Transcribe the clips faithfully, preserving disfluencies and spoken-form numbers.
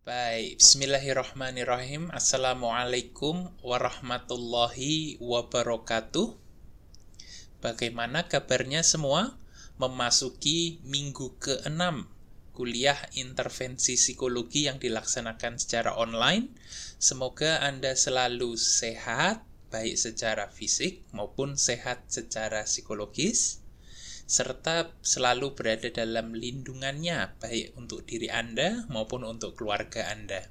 Baik, bismillahirrahmanirrahim. Assalamualaikum warahmatullahi wabarakatuh. Bagaimana kabarnya semua? Memasuki minggu keenam kuliah intervensi psikologi yang dilaksanakan secara online. Semoga Anda selalu sehat, baik secara fisik maupun sehat secara psikologis, serta selalu berada dalam lindungannya, baik untuk diri Anda maupun untuk keluarga Anda.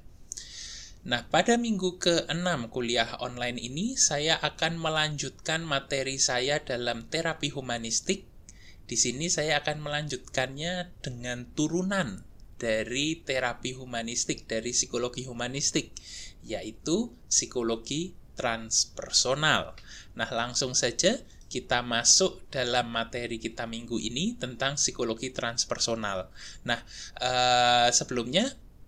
Nah, pada minggu keenam kuliah online ini, saya akan melanjutkan materi saya dalam terapi humanistik. Di sini saya akan melanjutkannya dengan turunan dari terapi humanistik, dari psikologi humanistik, yaitu psikologi transpersonal. Nah, langsung saja kita masuk dalam materi kita minggu ini tentang psikologi transpersonal. Nah, eh, sebelumnya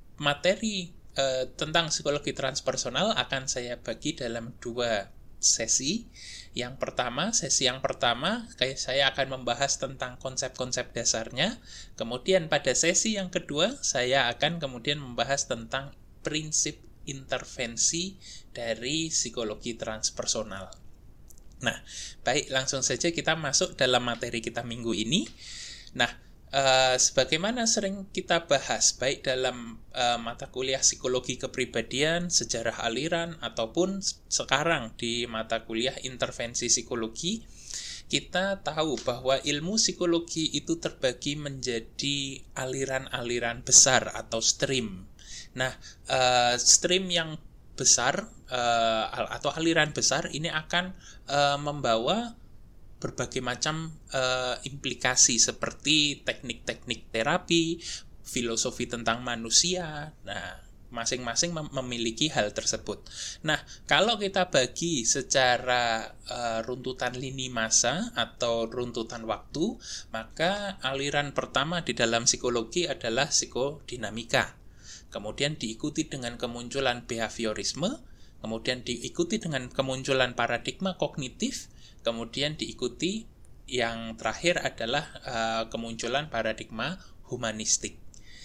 materi eh, tentang psikologi transpersonal akan saya bagi dalam dua sesi. Yang pertama, sesi yang pertama, kayak saya akan membahas tentang konsep-konsep dasarnya. Kemudian pada sesi yang kedua, saya akan kemudian membahas tentang prinsip intervensi dari psikologi transpersonal. Nah, baik, langsung saja kita masuk dalam materi kita minggu ini. Nah, eh, sebagaimana sering kita bahas, baik dalam eh, mata kuliah psikologi kepribadian, sejarah aliran, ataupun sekarang di mata kuliah intervensi psikologi, kita tahu bahwa ilmu psikologi itu terbagi menjadi aliran-aliran besar atau stream. Nah, eh, stream yang besar uh, atau aliran besar ini akan uh, membawa berbagai macam uh, implikasi seperti teknik-teknik terapi, filosofi tentang manusia. Nah, masing-masing mem- memiliki hal tersebut. Nah, kalau kita bagi secara uh, runtutan lini masa atau runtutan waktu, maka aliran pertama di dalam psikologi adalah psikodinamika. Kemudian diikuti dengan kemunculan behaviorisme, kemudian diikuti dengan kemunculan paradigma kognitif, kemudian diikuti yang terakhir adalah uh, kemunculan paradigma humanistik.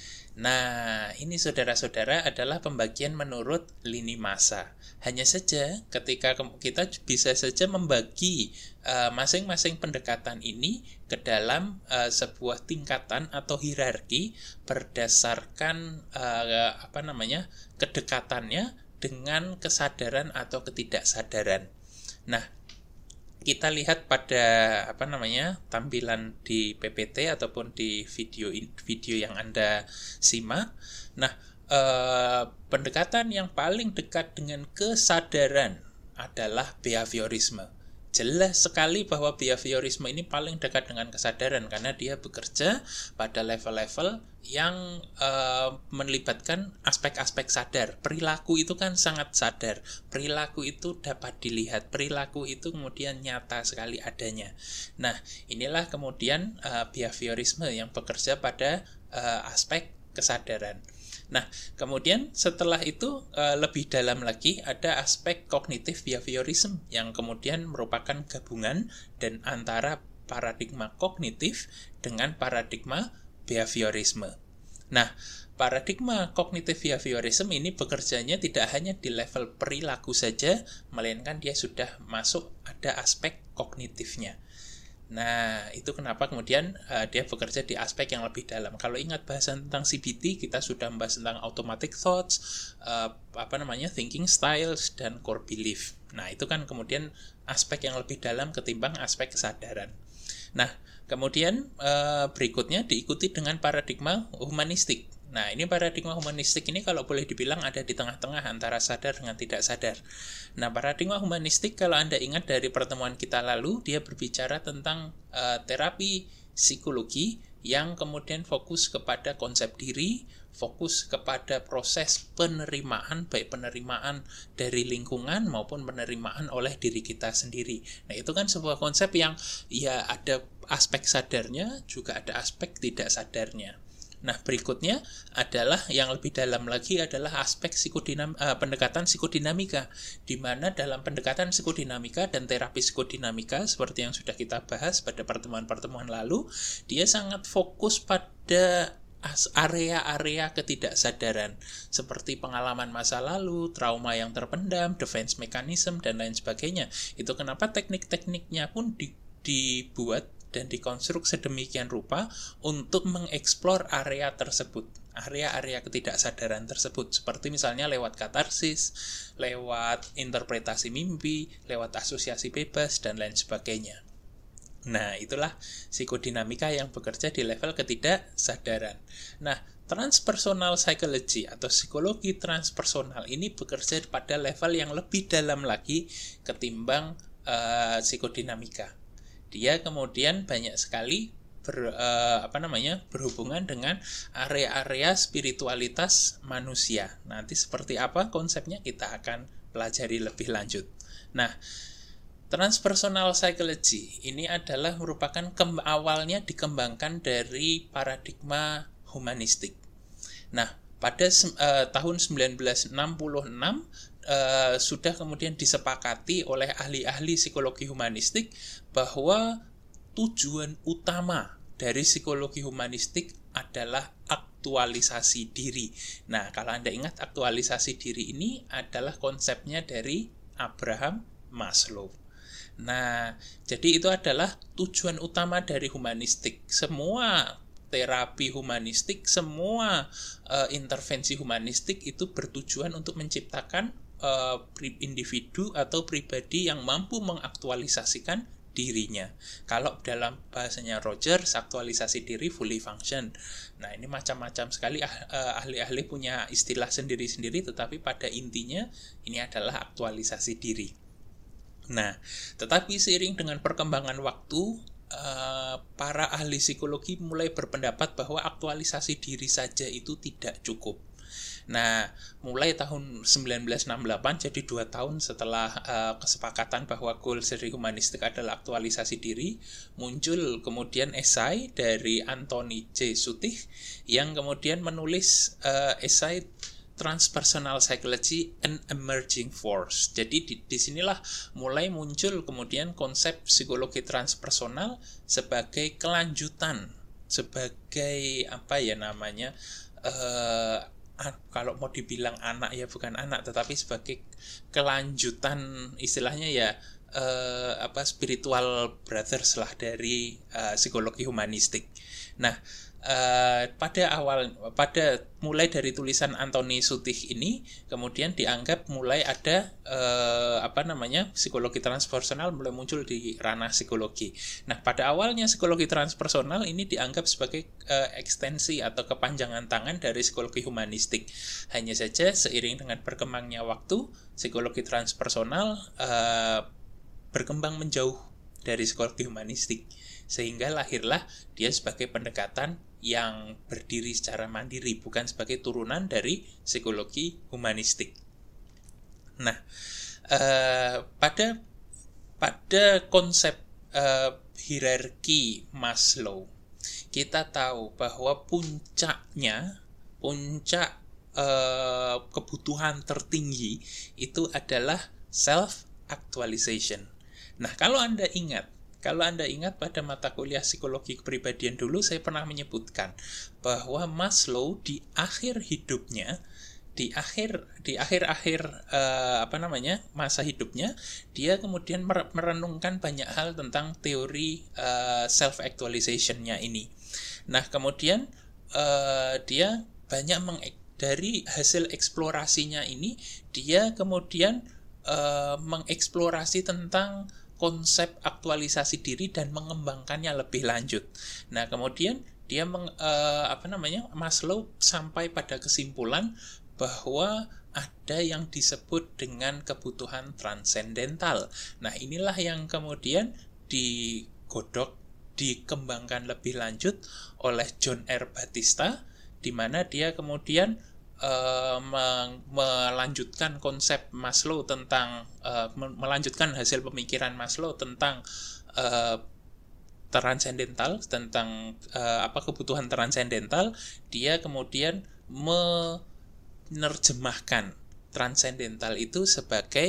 Nah, ini saudara-saudara adalah pembagian menurut lini masa. Hanya saja ketika kita bisa saja membagi uh, masing-masing pendekatan ini ke dalam uh, sebuah tingkatan atau hierarki berdasarkan uh, apa namanya? kedekatannya dengan kesadaran atau ketidaksadaran. Nah, kita lihat pada apa namanya tampilan di P P T ataupun di video video yang Anda simak. Nah, eh, pendekatan yang paling dekat dengan kesadaran adalah behaviorisme. Jelas sekali bahwa behaviorisme ini paling dekat dengan kesadaran karena dia bekerja pada level-level yang uh, melibatkan aspek-aspek sadar. Perilaku itu kan sangat sadar. Perilaku itu dapat dilihat. Perilaku itu kemudian nyata sekali adanya. Nah, inilah kemudian uh, behaviorisme yang bekerja pada uh, aspek kesadaran. Nah, kemudian setelah itu e, lebih dalam lagi ada aspek kognitif behaviorism yang kemudian merupakan gabungan dan antara paradigma kognitif dengan paradigma behaviorisme. Nah, paradigma kognitif behaviorism ini bekerjanya tidak hanya di level perilaku saja, melainkan dia sudah masuk ada aspek kognitifnya. Nah, itu kenapa kemudian uh, dia bekerja di aspek yang lebih dalam. Kalau ingat bahasan tentang C B T, kita sudah membahas tentang automatic thoughts, uh, apa namanya, thinking styles, dan core belief. Nah, itu kan kemudian aspek yang lebih dalam ketimbang aspek kesadaran. Nah, kemudian uh, berikutnya diikuti dengan paradigma humanistik. Nah, ini paradigma humanistik ini kalau boleh dibilang ada di tengah-tengah antara sadar dengan tidak sadar. Nah, paradigma humanistik kalau Anda ingat dari pertemuan kita lalu, dia berbicara tentang uh, terapi psikologi yang kemudian fokus kepada konsep diri, fokus kepada proses penerimaan, baik penerimaan dari lingkungan maupun penerimaan oleh diri kita sendiri. Nah, itu kan sebuah konsep yang ya ada aspek sadarnya, juga ada aspek tidak sadarnya. Nah, berikutnya adalah yang lebih dalam lagi adalah aspek psikodinam, uh, pendekatan psikodinamika, di mana dalam pendekatan psikodinamika dan terapi psikodinamika seperti yang sudah kita bahas pada pertemuan-pertemuan lalu, dia sangat fokus pada area-area ketidaksadaran seperti pengalaman masa lalu, trauma yang terpendam, defense mechanism, dan lain sebagainya. Itu kenapa teknik-tekniknya pun di, dibuat dan dikonstruk sedemikian rupa untuk mengeksplor area tersebut, area-area ketidaksadaran tersebut, seperti misalnya lewat katarsis, lewat interpretasi mimpi, lewat asosiasi bebas, dan lain sebagainya. Nah, itulah psikodinamika yang bekerja di level ketidaksadaran. Nah, transpersonal psychology atau psikologi transpersonal ini bekerja pada level yang lebih dalam lagi ketimbang uh, psikodinamika. Dia kemudian banyak sekali ber, uh, apa namanya berhubungan dengan area-area spiritualitas manusia. Nanti seperti apa konsepnya kita akan pelajari lebih lanjut. Nah, transpersonal psychology ini adalah merupakan ke- awalnya dikembangkan dari paradigma humanistik. Nah, pada uh, tahun sembilan belas enam puluh enam uh, sudah kemudian disepakati oleh ahli-ahli psikologi humanistik bahwa tujuan utama dari psikologi humanistik adalah aktualisasi diri. Nah, kalau Anda ingat, aktualisasi diri ini adalah konsepnya dari Abraham Maslow. Nah, jadi itu adalah tujuan utama dari humanistik. Semua terapi humanistik, semua uh, intervensi humanistik itu bertujuan untuk menciptakan uh, individu atau pribadi yang mampu mengaktualisasikan dirinya. Kalau dalam bahasanya Rogers, aktualisasi diri fully function. Nah, ini macam-macam sekali ah, uh, ahli-ahli punya istilah sendiri-sendiri, tetapi pada intinya ini adalah aktualisasi diri. Nah, tetapi seiring dengan perkembangan waktu, uh, para ahli psikologi mulai berpendapat bahwa aktualisasi diri saja itu tidak cukup. Nah, mulai tahun sembilan belas enam puluh delapan, jadi dua tahun setelah uh, kesepakatan bahwa goal dari humanistik adalah aktualisasi diri, muncul kemudian esai dari Anthony J. Suttig yang kemudian menulis uh, esai Transpersonal Psychology, an Emerging Force. Jadi di, disinilah mulai muncul kemudian konsep psikologi transpersonal sebagai kelanjutan, sebagai apa ya namanya, uh, kalau mau dibilang anak ya bukan anak, tetapi sebagai kelanjutan, istilahnya ya uh, apa spiritual brothers lah dari uh, psikologi humanistik. Nah, Uh, pada awal pada mulai dari tulisan Anthony Suttig ini kemudian dianggap mulai ada uh, apa namanya psikologi transpersonal mulai muncul di ranah psikologi. Nah, pada awalnya psikologi transpersonal ini dianggap sebagai uh, ekstensi atau kepanjangan tangan dari psikologi humanistik. Hanya saja seiring dengan berkembangnya waktu, psikologi transpersonal uh, berkembang menjauh dari psikologi humanistik, sehingga lahirlah dia sebagai pendekatan yang berdiri secara mandiri, bukan sebagai turunan dari psikologi humanistik. Nah, eh, pada pada konsep eh, hierarki Maslow, kita tahu bahwa puncaknya, puncak eh, kebutuhan tertinggi itu adalah self-actualization. Nah, kalau Anda ingat, Kalau Anda ingat pada mata kuliah psikologi kepribadian dulu, saya pernah menyebutkan bahwa Maslow di akhir hidupnya, di akhir di akhir-akhir uh, apa namanya masa hidupnya, dia kemudian merenungkan banyak hal tentang teori uh, self actualization-nya ini. Nah, kemudian uh, dia banyak meng dari hasil eksplorasinya ini, dia kemudian uh, mengeksplorasi tentang konsep aktualisasi diri dan mengembangkannya lebih lanjut. Nah, kemudian dia meng, eh, apa namanya Maslow sampai pada kesimpulan bahwa ada yang disebut dengan kebutuhan transendental. Nah, inilah yang kemudian digodok, dikembangkan lebih lanjut oleh John R. Batista, di mana dia kemudian Uh, melanjutkan konsep Maslow tentang uh, melanjutkan hasil pemikiran Maslow tentang uh, transendental, tentang uh, apa kebutuhan transendental. Dia kemudian menerjemahkan transendental itu sebagai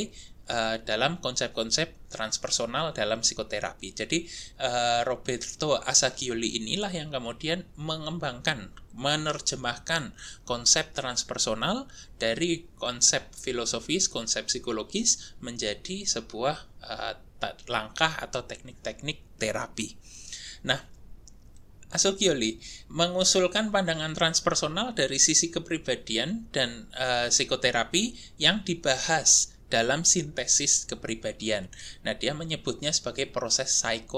uh, dalam konsep-konsep transpersonal dalam psikoterapi. Jadi uh, Roberto Assagioli inilah yang kemudian mengembangkan, menerjemahkan konsep transpersonal dari konsep filosofis, konsep psikologis menjadi sebuah uh, langkah atau teknik-teknik terapi. Nah, Assagioli mengusulkan pandangan transpersonal dari sisi kepribadian dan uh, psikoterapi yang dibahas dalam sintesis kepribadian. Nah, dia menyebutnya sebagai proses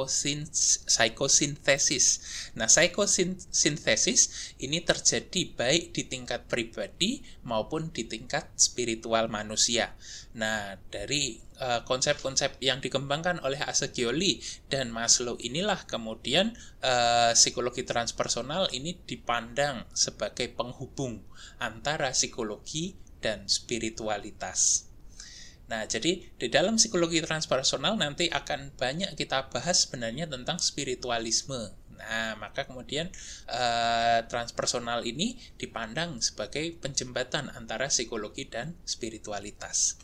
psikosintesis. Nah, psikosintesis ini terjadi baik di tingkat pribadi maupun di tingkat spiritual manusia. Nah, dari uh, konsep-konsep yang dikembangkan oleh Assagioli dan Maslow inilah kemudian uh, psikologi transpersonal ini dipandang sebagai penghubung antara psikologi dan spiritualitas. Nah, jadi di dalam psikologi transpersonal nanti akan banyak kita bahas sebenarnya tentang spiritualisme. Nah, maka kemudian eh, transpersonal ini dipandang sebagai penjembatan antara psikologi dan spiritualitas.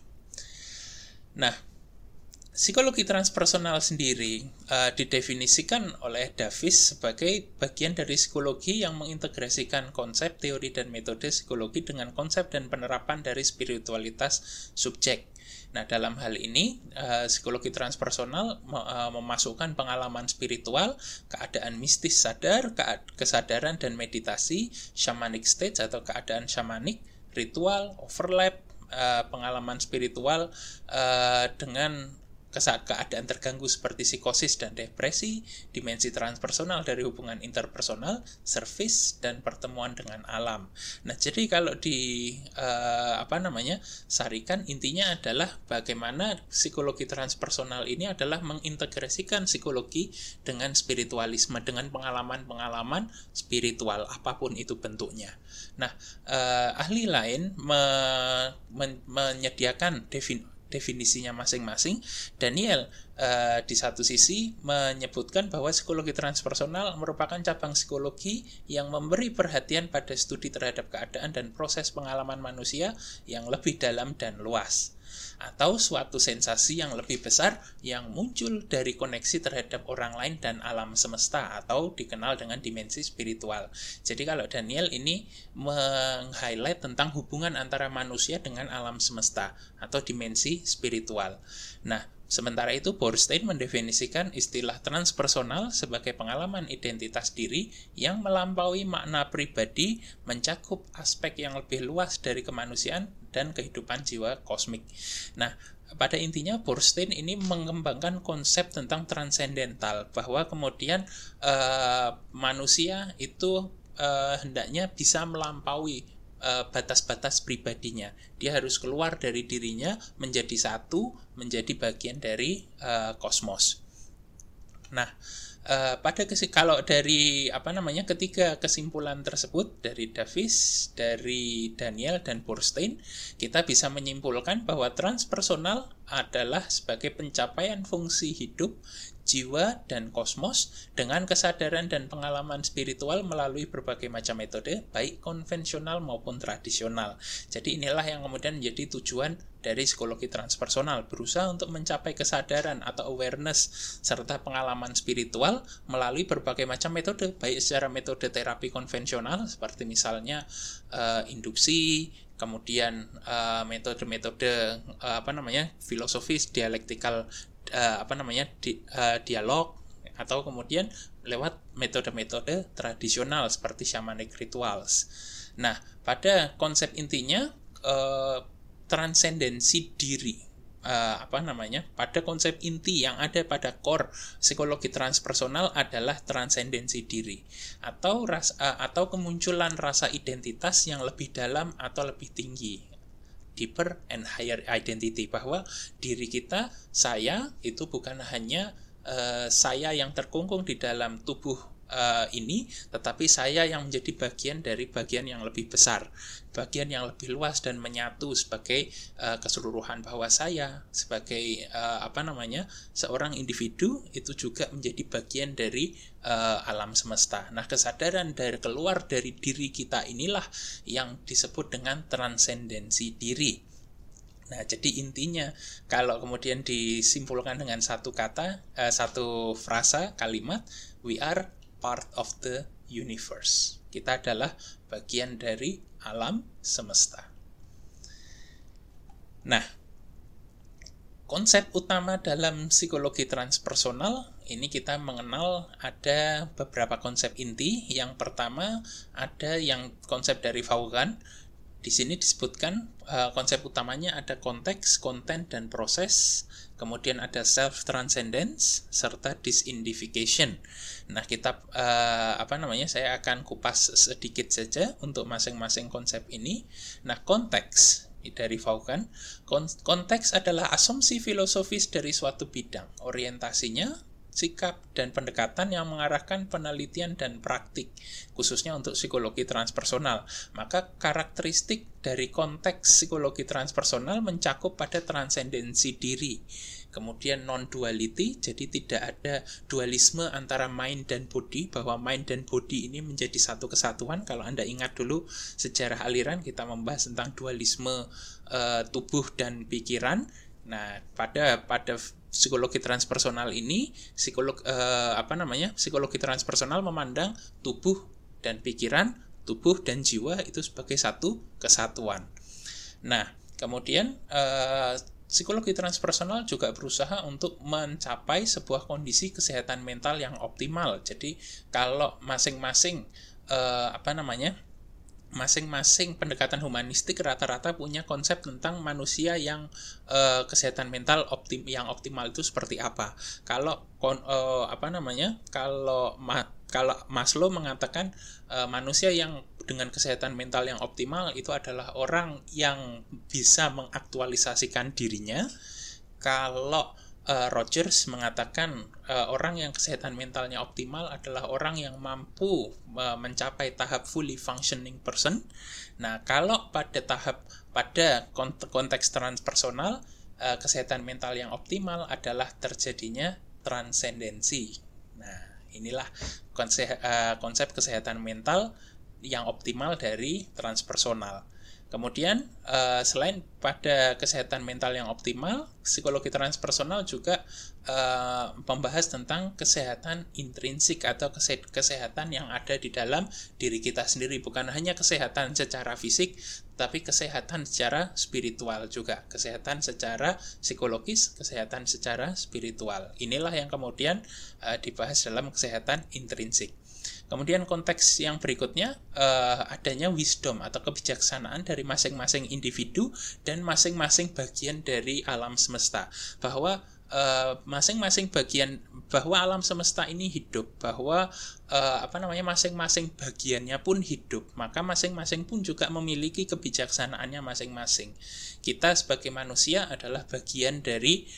Nah, psikologi transpersonal sendiri uh, didefinisikan oleh Davis sebagai bagian dari psikologi yang mengintegrasikan konsep, teori, dan metode psikologi dengan konsep dan penerapan dari spiritualitas subjek. Nah, dalam hal ini, uh, psikologi transpersonal uh, memasukkan pengalaman spiritual, keadaan mistis sadar, ke- kesadaran dan meditasi, shamanic stage atau keadaan shamanik, ritual, overlap, uh, pengalaman spiritual uh, dengan keadaan terganggu seperti psikosis dan depresi, dimensi transpersonal dari hubungan interpersonal, service, dan pertemuan dengan alam. Nah, jadi kalau di uh, apa namanya sarikan intinya adalah bagaimana psikologi transpersonal ini adalah mengintegrasikan psikologi dengan spiritualisme, dengan pengalaman-pengalaman spiritual apapun itu bentuknya. Nah, uh, ahli lain me- men- menyediakan definisi definisinya masing-masing. Daniel uh, di satu sisi menyebutkan bahwa psikologi transpersonal merupakan cabang psikologi yang memberi perhatian pada studi terhadap keadaan dan proses pengalaman manusia yang lebih dalam dan luas, atau suatu sensasi yang lebih besar yang muncul dari koneksi terhadap orang lain dan alam semesta, atau dikenal dengan dimensi spiritual. Jadi kalau Daniel ini meng-highlight tentang hubungan antara manusia dengan alam semesta atau dimensi spiritual. Nah, sementara itu Boorstin mendefinisikan istilah transpersonal sebagai pengalaman identitas diri yang melampaui makna pribadi, mencakup aspek yang lebih luas dari kemanusiaan dan kehidupan jiwa kosmik. Nah, pada intinya Boorstin ini mengembangkan konsep tentang transendental, bahwa kemudian uh, manusia itu uh, hendaknya bisa melampaui uh, batas-batas pribadinya. Dia harus keluar dari dirinya menjadi satu, menjadi bagian dari uh, kosmos. Nah, Uh, pada kesi- kalau dari apa namanya ketiga kesimpulan tersebut dari Davis, dari Daniel dan Boorstin, kita bisa menyimpulkan bahwa transpersonal adalah sebagai pencapaian fungsi hidup, jiwa, dan kosmos dengan kesadaran dan pengalaman spiritual melalui berbagai macam metode, baik konvensional maupun tradisional. Jadi inilah yang kemudian menjadi tujuan dari psikologi transpersonal, berusaha untuk mencapai kesadaran atau awareness serta pengalaman spiritual melalui berbagai macam metode, baik secara metode terapi konvensional seperti misalnya uh, induksi, kemudian uh, metode-metode uh, apa namanya filosofis, dialektikal, uh, apa namanya di, uh, dialog, atau kemudian lewat metode-metode tradisional seperti shamanic rituals. Nah, pada konsep intinya uh, transendensi diri, uh, apa namanya pada konsep inti yang ada pada core psikologi transpersonal adalah transendensi diri, atau ras, uh, atau kemunculan rasa identitas yang lebih dalam atau lebih tinggi, deeper and higher identity, bahwa diri kita, saya itu bukan hanya uh, saya yang terkungkung di dalam tubuh Uh, ini, tetapi saya yang menjadi bagian dari bagian yang lebih besar, bagian yang lebih luas dan menyatu sebagai uh, keseluruhan, bahwa saya sebagai uh, apa namanya seorang individu itu juga menjadi bagian dari uh, alam semesta. Nah, kesadaran dari keluar dari diri kita inilah yang disebut dengan transendensi diri. Nah, jadi intinya kalau kemudian disimpulkan dengan satu kata, eh, satu frasa, kalimat, we are part of the universe. Kita adalah bagian dari alam semesta. Nah, konsep utama dalam psikologi transpersonal ini kita mengenal ada beberapa konsep inti. Yang pertama ada yang konsep dari Vaughan. Di sini disebutkan uh, konsep utamanya ada konteks, konten, dan proses. Kemudian ada self-transcendence serta disidentification. Nah, kita uh, apa namanya? Saya akan kupas sedikit saja untuk masing-masing konsep ini. Nah, konteks dari Vaughan, konteks adalah asumsi filosofis dari suatu bidang. Orientasinya sikap dan pendekatan yang mengarahkan penelitian dan praktik, khususnya untuk psikologi transpersonal. Maka karakteristik dari konteks psikologi transpersonal mencakup pada transendensi diri, kemudian non-duality, jadi tidak ada dualisme antara mind dan body, bahwa mind dan body ini menjadi satu kesatuan. Kalau Anda ingat dulu sejarah aliran, kita membahas tentang dualisme uh, tubuh dan pikiran. Nah, pada pada psikologi transpersonal ini, psikolog eh, apa namanya? Psikologi transpersonal memandang tubuh dan pikiran, tubuh dan jiwa itu sebagai satu kesatuan. Nah, kemudian eh, psikologi transpersonal juga berusaha untuk mencapai sebuah kondisi kesehatan mental yang optimal. Jadi, kalau masing-masing eh, apa namanya? masing-masing pendekatan humanistik rata-rata punya konsep tentang manusia yang uh, kesehatan mental optim yang optimal itu seperti apa. Kalau kon, uh, apa namanya? Kalau ma, kalau Maslow mengatakan uh, manusia yang dengan kesehatan mental yang optimal itu adalah orang yang bisa mengaktualisasikan dirinya. Kalau Uh, Rogers mengatakan uh, orang yang kesehatan mentalnya optimal adalah orang yang mampu uh, mencapai tahap fully functioning person. Nah, kalau pada tahap pada konteks transpersonal, uh, kesehatan mental yang optimal adalah terjadinya transendensi. Nah, inilah konsep, uh, konsep kesehatan mental yang optimal dari transpersonal. Kemudian, uh, selain pada kesehatan mental yang optimal, psikologi transpersonal juga uh, membahas tentang kesehatan intrinsik atau kesehatan yang ada di dalam diri kita sendiri. Bukan hanya kesehatan secara fisik, tapi kesehatan secara spiritual juga. Kesehatan secara psikologis, kesehatan secara spiritual. Inilah yang kemudian uh, dibahas dalam kesehatan intrinsik. Kemudian konteks yang berikutnya uh, adanya wisdom atau kebijaksanaan dari masing-masing individu dan masing-masing bagian dari alam semesta. Bahwa uh, masing-masing bagian bahwa alam semesta ini hidup, bahwa uh, apa namanya masing-masing bagiannya pun hidup. Maka masing-masing pun juga memiliki kebijaksanaannya masing-masing. Kita sebagai manusia adalah bagian dari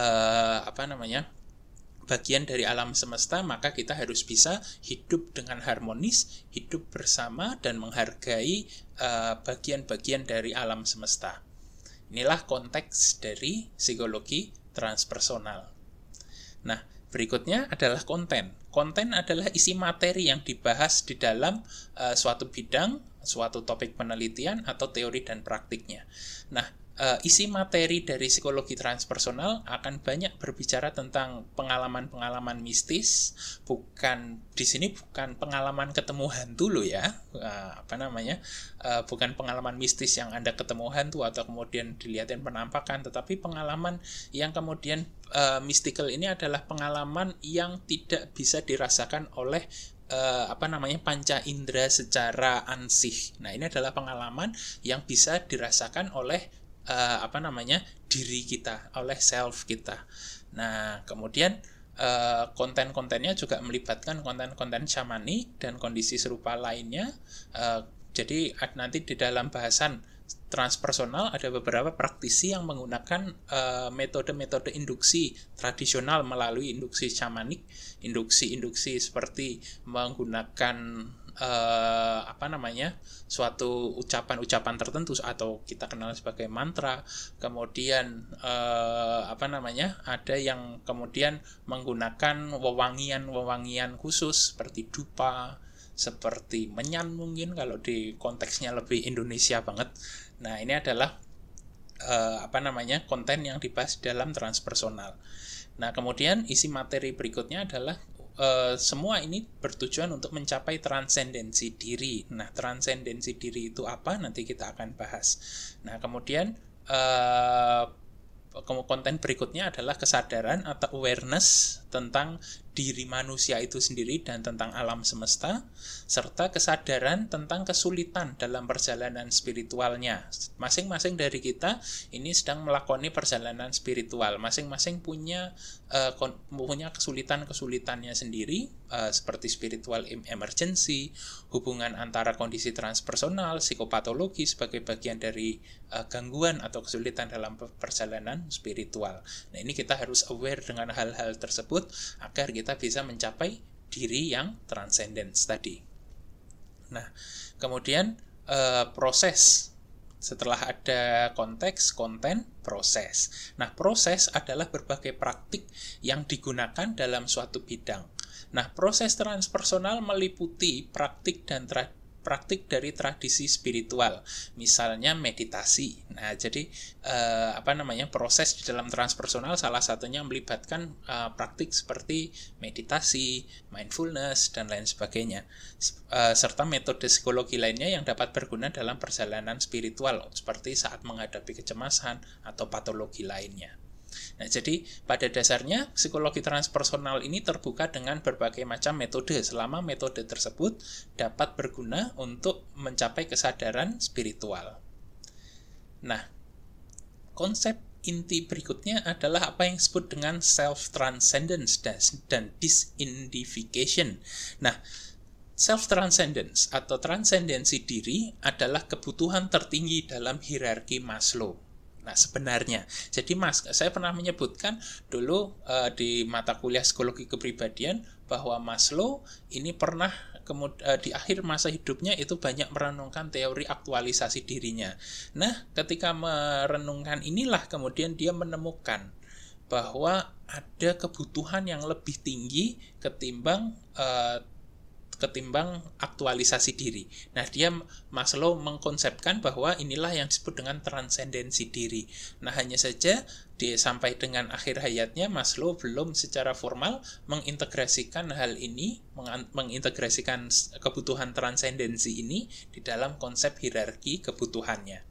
uh, apa namanya? bagian dari alam semesta, maka kita harus bisa hidup dengan harmonis, hidup bersama dan menghargai uh, bagian-bagian dari alam semesta. Inilah konteks dari psikologi transpersonal. Nah, berikutnya adalah konten. Konten adalah isi materi yang dibahas di dalam uh, suatu bidang, suatu topik penelitian atau teori dan praktiknya. Nah, Uh, isi materi dari psikologi transpersonal akan banyak berbicara tentang pengalaman-pengalaman mistis, bukan di sini bukan pengalaman ketemu hantu loh ya, uh, apa namanya, uh, bukan pengalaman mistis yang Anda ketemu hantu atau kemudian dilihatin penampakan, tetapi pengalaman yang kemudian uh, mystical ini adalah pengalaman yang tidak bisa dirasakan oleh Uh, apa namanya panca indera secara ansih. Nah, ini adalah pengalaman yang bisa dirasakan oleh uh, apa namanya diri kita, oleh self kita. Nah, kemudian uh, konten-kontennya juga melibatkan konten-konten syamani dan kondisi serupa lainnya. Uh, jadi nanti di dalam bahasan transpersonal ada beberapa praktisi yang menggunakan uh, metode-metode induksi tradisional melalui induksi syamanik, induksi-induksi seperti menggunakan uh, apa namanya suatu ucapan-ucapan tertentu atau kita kenal sebagai mantra. Kemudian uh, apa namanya ada yang kemudian menggunakan wewangian-wewangian khusus seperti dupa, seperti menyan mungkin kalau di konteksnya lebih Indonesia banget. Nah, ini adalah uh, apa namanya konten yang dibahas dalam transpersonal. Nah, kemudian isi materi berikutnya adalah uh, semua ini bertujuan untuk mencapai transendensi diri. Nah, transendensi diri itu apa? Nanti kita akan bahas. Nah, kemudian uh, konten berikutnya adalah kesadaran atau awareness tentang diri manusia itu sendiri dan tentang alam semesta, serta kesadaran tentang kesulitan dalam perjalanan spiritualnya. Masing-masing dari kita ini sedang melakoni perjalanan spiritual. Masing-masing punya uh, punya kesulitan-kesulitannya sendiri, uh, seperti spiritual emergency, hubungan antara kondisi transpersonal, psikopatologi sebagai bagian dari uh, gangguan atau kesulitan dalam perjalanan spiritual. Nah, ini kita harus aware dengan hal-hal tersebut agar kita bisa mencapai diri yang transcendence tadi. Nah, kemudian eh, proses. Setelah ada konteks, konten, proses. Nah, proses adalah berbagai praktik yang digunakan dalam suatu bidang. Nah, proses transpersonal meliputi praktik dan tradisi praktik dari tradisi spiritual, misalnya meditasi. Nah, jadi eh, apa namanya proses di dalam transpersonal salah satunya melibatkan eh, praktik seperti meditasi, mindfulness dan lain sebagainya, eh, serta metode psikologi lainnya yang dapat berguna dalam perjalanan spiritual, seperti saat menghadapi kecemasan atau patologi lainnya. Nah, jadi pada dasarnya psikologi transpersonal ini terbuka dengan berbagai macam metode selama metode tersebut dapat berguna untuk mencapai kesadaran spiritual. Nah, konsep inti berikutnya adalah apa yang disebut dengan self-transcendence dan disindivication. Nah, self-transcendence atau transendensi diri adalah kebutuhan tertinggi dalam hierarki Maslow. Nah, sebenarnya, jadi mas, saya pernah menyebutkan dulu uh, di mata kuliah psikologi kepribadian bahwa Maslow ini pernah kemud- uh, di akhir masa hidupnya itu banyak merenungkan teori aktualisasi dirinya. Nah, ketika merenungkan inilah kemudian dia menemukan bahwa ada kebutuhan yang lebih tinggi ketimbang uh, ketimbang aktualisasi diri. Nah, dia Maslow mengkonsepkan bahwa inilah yang disebut dengan transendensi diri. Nah, hanya saja di, sampai dengan akhir hayatnya Maslow belum secara formal mengintegrasikan hal ini, mengintegrasikan kebutuhan transendensi ini di dalam konsep hierarki kebutuhannya.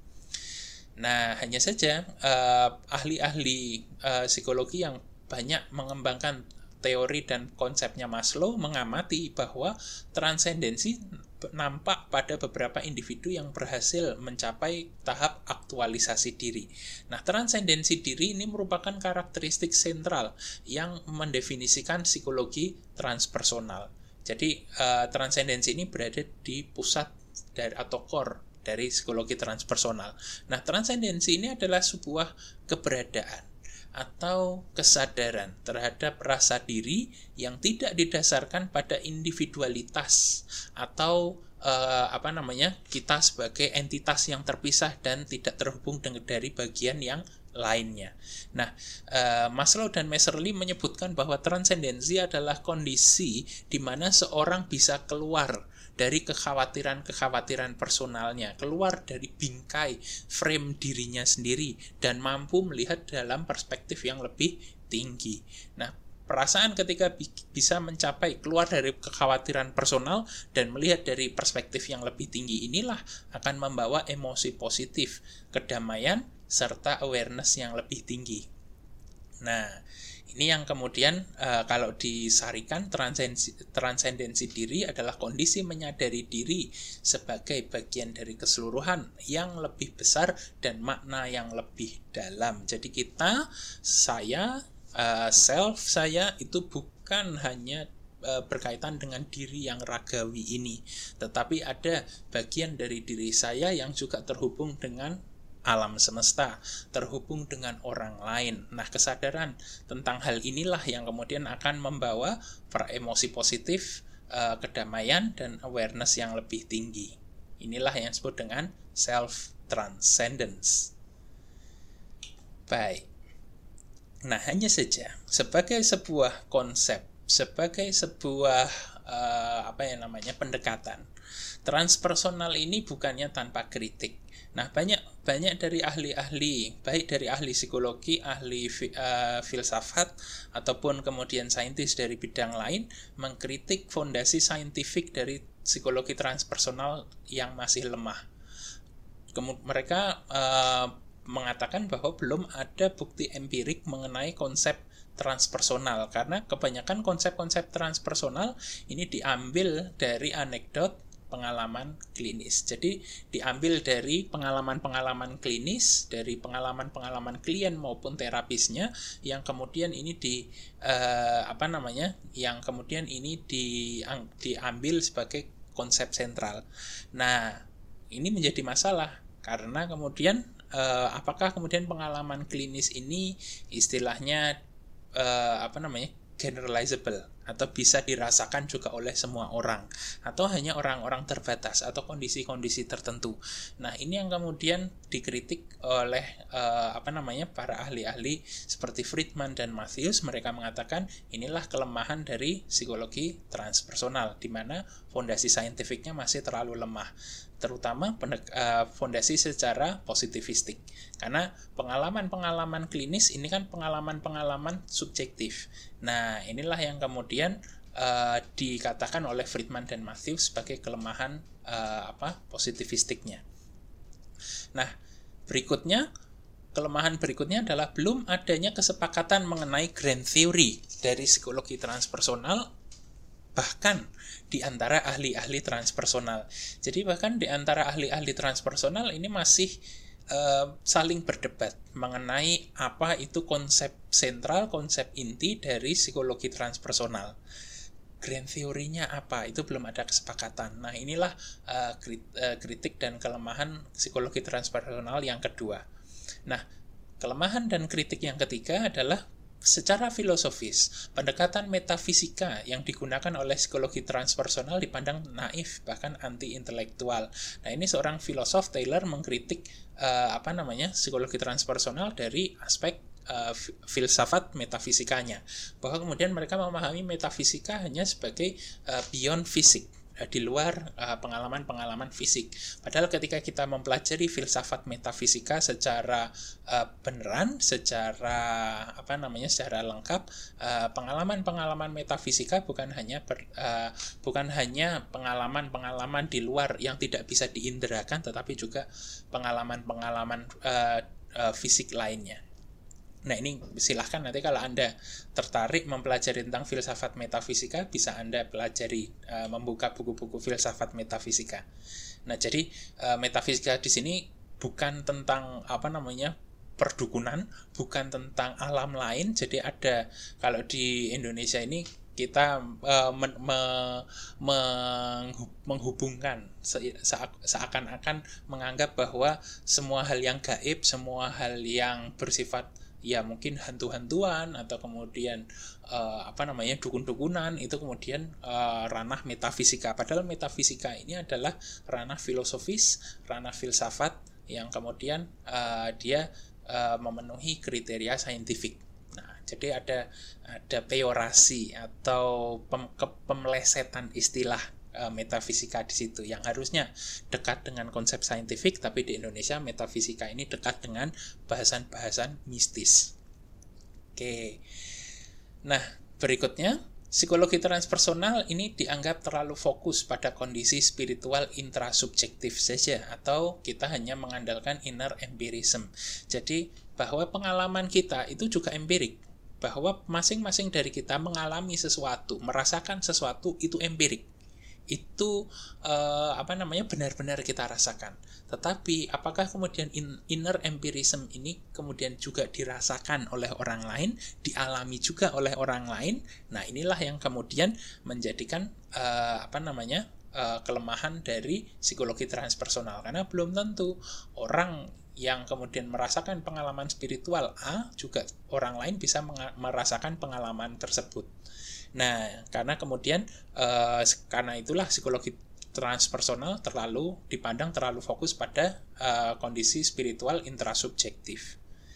Nah, hanya saja uh, ahli-ahli uh, psikologi yang banyak mengembangkan teori dan konsepnya Maslow mengamati bahwa transendensi nampak pada beberapa individu yang berhasil mencapai tahap aktualisasi diri. Nah, transendensi diri ini merupakan karakteristik sentral yang mendefinisikan psikologi transpersonal. Jadi, uh, transendensi ini berada di pusat dari atau core dari psikologi transpersonal. Nah, transendensi ini adalah sebuah keberadaan atau kesadaran terhadap rasa diri yang tidak didasarkan pada individualitas atau eh, apa namanya kita sebagai entitas yang terpisah dan tidak terhubung dengan dari bagian yang lainnya. Nah, eh, Maslow dan Messerly menyebutkan bahwa transendensi adalah kondisi di mana seorang bisa keluar dari kekhawatiran-kekhawatiran personalnya, keluar dari bingkai frame dirinya sendiri, dan mampu melihat dalam perspektif yang lebih tinggi. Nah, perasaan ketika bisa mencapai keluar dari kekhawatiran personal dan melihat dari perspektif yang lebih tinggi inilah akan membawa emosi positif, kedamaian, serta awareness yang lebih tinggi. Nah, ini yang kemudian uh, kalau disarikan transendensi, transendensi diri adalah kondisi menyadari diri sebagai bagian dari keseluruhan yang lebih besar dan makna yang lebih dalam. Jadi kita, saya, uh, self saya itu bukan hanya uh, berkaitan dengan diri yang ragawi ini, tetapi ada bagian dari diri saya yang juga terhubung dengan alam semesta, terhubung dengan orang lain. Nah, kesadaran tentang hal inilah yang kemudian akan membawa emosi positif, uh, kedamaian, dan awareness yang lebih tinggi. Inilah yang disebut dengan self-transcendence. Baik. Nah, hanya saja sebagai sebuah konsep, sebagai sebuah uh, apa yang namanya pendekatan, transpersonal ini bukannya tanpa kritik. Nah, banyak banyak dari ahli-ahli, baik dari ahli psikologi, ahli uh, filsafat, ataupun kemudian saintis dari bidang lain, mengkritik fondasi saintifik dari psikologi transpersonal yang masih lemah. Kemudian mereka uh, mengatakan bahwa belum ada bukti empirik mengenai konsep transpersonal, karena kebanyakan konsep-konsep transpersonal ini diambil dari anekdot pengalaman klinis. Jadi diambil dari pengalaman-pengalaman klinis, dari pengalaman-pengalaman klien maupun terapisnya, yang kemudian ini di uh, apa namanya, yang kemudian ini di, diambil sebagai konsep sentral. Nah, ini menjadi masalah karena kemudian eh, apakah kemudian pengalaman klinis ini istilahnya eh, apa namanya generalizable atau bisa dirasakan juga oleh semua orang, atau hanya orang-orang terbatas atau kondisi-kondisi tertentu. Nah, ini yang kemudian dikritik oleh eh, apa namanya para ahli-ahli seperti Friedman dan Matthews. Mereka mengatakan inilah kelemahan dari psikologi transpersonal, di mana fondasi saintifiknya masih terlalu lemah, terutama fondasi secara positivistik. Karena pengalaman-pengalaman klinis ini kan pengalaman-pengalaman subjektif. Nah, inilah yang kemudian uh, dikatakan oleh Friedman dan Matthews sebagai kelemahan uh, apa positivistiknya. Nah, berikutnya, kelemahan berikutnya adalah belum adanya kesepakatan mengenai grand theory dari psikologi transpersonal, bahkan di antara ahli-ahli transpersonal. Jadi bahkan di antara ahli-ahli transpersonal ini masih uh, saling berdebat mengenai apa itu konsep sentral, konsep inti dari psikologi transpersonal. Grand theory-nya apa? Itu belum ada kesepakatan. Nah, inilah uh, kritik dan kelemahan psikologi transpersonal yang kedua. Nah, kelemahan dan kritik yang ketiga adalah secara filosofis, pendekatan metafisika yang digunakan oleh psikologi transpersonal dipandang naif, bahkan anti-intelektual. Nah, ini seorang filosof, Taylor, mengkritik uh, apa namanya psikologi transpersonal dari aspek uh, filsafat metafisikanya, bahwa kemudian mereka memahami metafisika hanya sebagai uh, beyond fisik, di luar uh, pengalaman-pengalaman fisik. Padahal ketika kita mempelajari filsafat metafisika secara uh, beneran, secara apa namanya, secara lengkap, uh, pengalaman-pengalaman metafisika bukan hanya ber, uh, bukan hanya pengalaman-pengalaman di luar yang tidak bisa diinderakan, tetapi juga pengalaman-pengalaman uh, uh, fisik lainnya. Nah, ini silahkan nanti kalau Anda tertarik mempelajari tentang filsafat metafisika, bisa Anda pelajari, uh, membuka buku-buku filsafat metafisika. Nah, jadi uh, metafisika di sini bukan tentang apa namanya perdukunan, bukan tentang alam lain. Jadi ada, kalau di Indonesia ini kita uh, men, me, me, menghubungkan se, seakan-akan menganggap bahwa semua hal yang gaib, semua hal yang bersifat ya mungkin hantu-hantuan atau kemudian uh, apa namanya dukun-dukunan itu kemudian uh, ranah metafisika. Padahal metafisika ini adalah ranah filosofis, ranah filsafat yang kemudian uh, dia uh, memenuhi kriteria saintifik. Nah, jadi ada ada peorasi atau pem, pemelesetan istilah metafisika di situ yang harusnya dekat dengan konsep saintifik, tapi di Indonesia metafisika ini dekat dengan bahasan-bahasan mistis. Oke. Nah, berikutnya, psikologi transpersonal ini dianggap terlalu fokus pada kondisi spiritual intrasubjektif saja, atau kita hanya mengandalkan inner empirism. Jadi, bahwa pengalaman kita itu juga empirik, bahwa masing-masing dari kita mengalami sesuatu, merasakan sesuatu itu empirik. Itu uh, apa namanya benar-benar kita rasakan. Tetapi apakah kemudian in, inner empirism ini kemudian juga dirasakan oleh orang lain, dialami juga oleh orang lain? Nah, inilah yang kemudian menjadikan uh, apa namanya uh, kelemahan dari psikologi transpersonal, karena belum tentu orang yang kemudian merasakan pengalaman spiritual A juga orang lain bisa merasakan pengalaman tersebut. Nah, karena kemudian uh, karena itulah psikologi transpersonal terlalu dipandang terlalu fokus pada uh, kondisi spiritual intrasubjektif.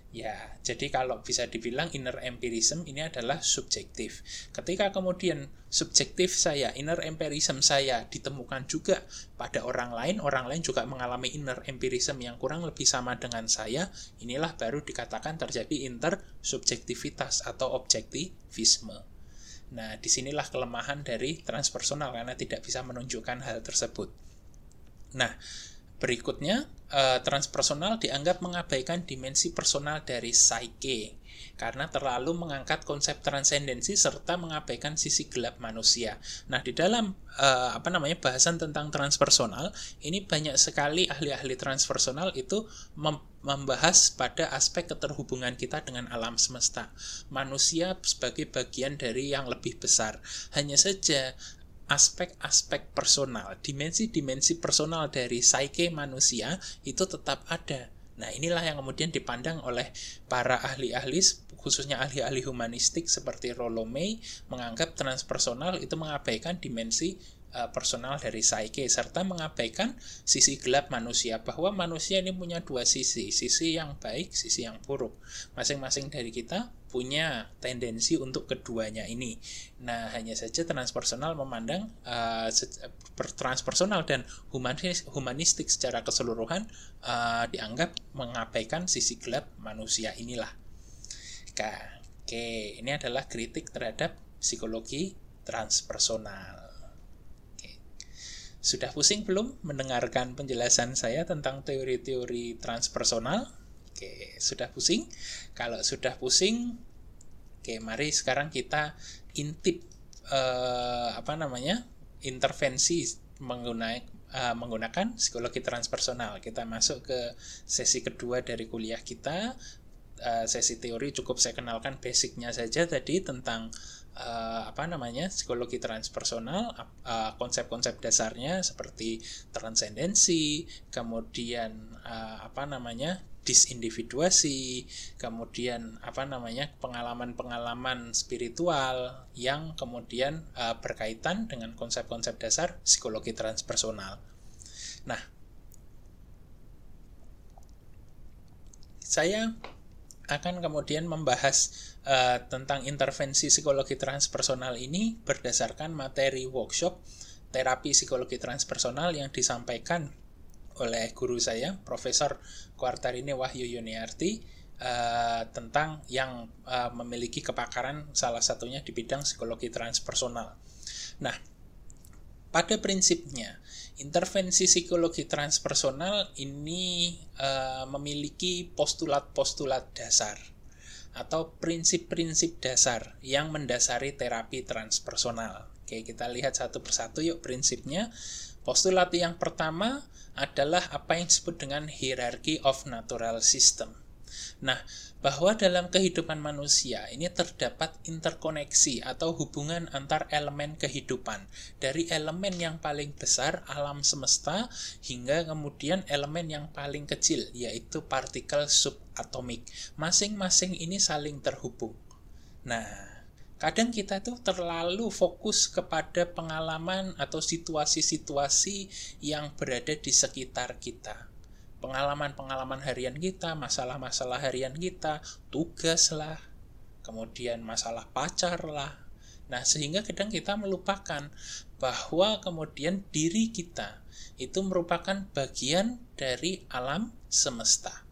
Ya, jadi kalau bisa dibilang inner empirism ini adalah subjektif. Ketika kemudian subjektif saya, inner empirism saya ditemukan juga pada orang lain, orang lain juga mengalami inner empirism yang kurang lebih sama dengan saya, inilah baru dikatakan terjadi intersubjektivitas atau objektivisme. Nah, disinilah kelemahan dari transpersonal karena tidak bisa menunjukkan hal tersebut. Nah, berikutnya, eh, transpersonal dianggap mengabaikan dimensi personal dari psyche karena terlalu mengangkat konsep transendensi serta mengabaikan sisi gelap manusia. Nah, di dalam eh, apa namanya bahasan tentang transpersonal, ini banyak sekali ahli-ahli transpersonal itu mem- membahas pada aspek keterhubungan kita dengan alam semesta. Manusia sebagai bagian dari yang lebih besar. Hanya saja aspek-aspek personal, dimensi-dimensi personal dari psyche manusia itu tetap ada. Nah, inilah yang kemudian dipandang oleh para ahli-ahli, khususnya ahli-ahli humanistik seperti Rollo May, menganggap transpersonal itu mengabaikan dimensi uh, personal dari psyche, serta mengabaikan sisi gelap manusia, bahwa manusia ini punya dua sisi, sisi yang baik, sisi yang buruk. Masing-masing dari kita punya tendensi untuk keduanya ini. Nah, hanya saja transpersonal memandang uh, transpersonal dan humanis, humanistik secara keseluruhan uh, dianggap mengabaikan sisi gelap manusia inilah. Oke, ini adalah kritik terhadap psikologi transpersonal. Oke. Sudah pusing belum mendengarkan penjelasan saya tentang teori-teori transpersonal? Oke, sudah pusing? Kalau sudah pusing, oke, mari sekarang kita intip eh, apa namanya intervensi menggunakan uh, menggunakan psikologi transpersonal. Kita masuk ke sesi kedua dari kuliah kita. Uh, sesi teori cukup saya kenalkan basicnya saja tadi tentang uh, apa namanya psikologi transpersonal, uh, konsep-konsep dasarnya seperti transendensi, kemudian uh, apa namanya disindividuasi, kemudian apa namanya pengalaman-pengalaman spiritual yang kemudian uh, berkaitan dengan konsep-konsep dasar psikologi transpersonal. Nah, saya akan kemudian membahas uh, tentang intervensi psikologi transpersonal ini berdasarkan materi workshop terapi psikologi transpersonal yang disampaikan oleh guru saya, Profesor Quartarini Wahyu Yuniarti, uh, tentang yang uh, memiliki kepakaran salah satunya di bidang psikologi transpersonal. Nah, pada prinsipnya, intervensi psikologi transpersonal ini uh, memiliki postulat-postulat dasar atau prinsip-prinsip dasar yang mendasari terapi transpersonal. Oke, kita lihat satu persatu yuk prinsipnya. Postulat yang pertama adalah apa yang disebut dengan hierarchy of natural system. Nah, bahwa dalam kehidupan manusia ini terdapat interkoneksi atau hubungan antar elemen kehidupan, dari elemen yang paling besar alam semesta hingga kemudian elemen yang paling kecil yaitu partikel subatomik. Masing-masing ini saling terhubung. Nah, kadang kita tuh terlalu fokus kepada pengalaman atau situasi-situasi yang berada di sekitar kita. Pengalaman-pengalaman harian kita, masalah-masalah harian kita, tugas lah, kemudian masalah pacar lah. Nah, sehingga kadang kita melupakan bahwa kemudian diri kita itu merupakan bagian dari alam semesta.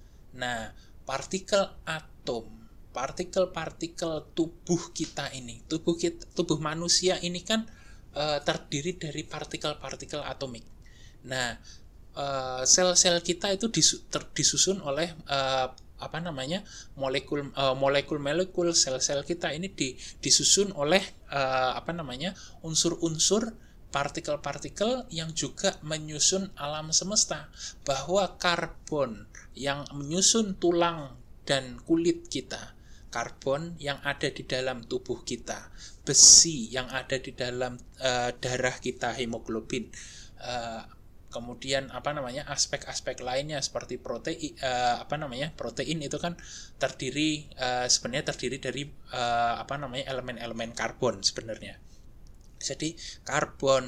Nah, partikel atom, partikel-partikel tubuh kita ini, tubuh kita, tubuh manusia ini kan e, terdiri dari partikel-partikel atomik. Nah, e, sel-sel kita itu disu, ter, disusun oleh e, apa namanya molekul e, molekul-molekul sel-sel kita ini di, disusun oleh e, apa namanya unsur-unsur partikel-partikel yang juga menyusun alam semesta. Bahwa karbon yang menyusun tulang dan kulit kita, karbon yang ada di dalam tubuh kita, besi yang ada di dalam uh, darah kita, hemoglobin, uh, kemudian apa namanya aspek-aspek lainnya seperti protein, uh, apa namanya protein itu kan terdiri uh, sebenarnya terdiri dari uh, apa namanya elemen-elemen karbon sebenarnya. Jadi karbon,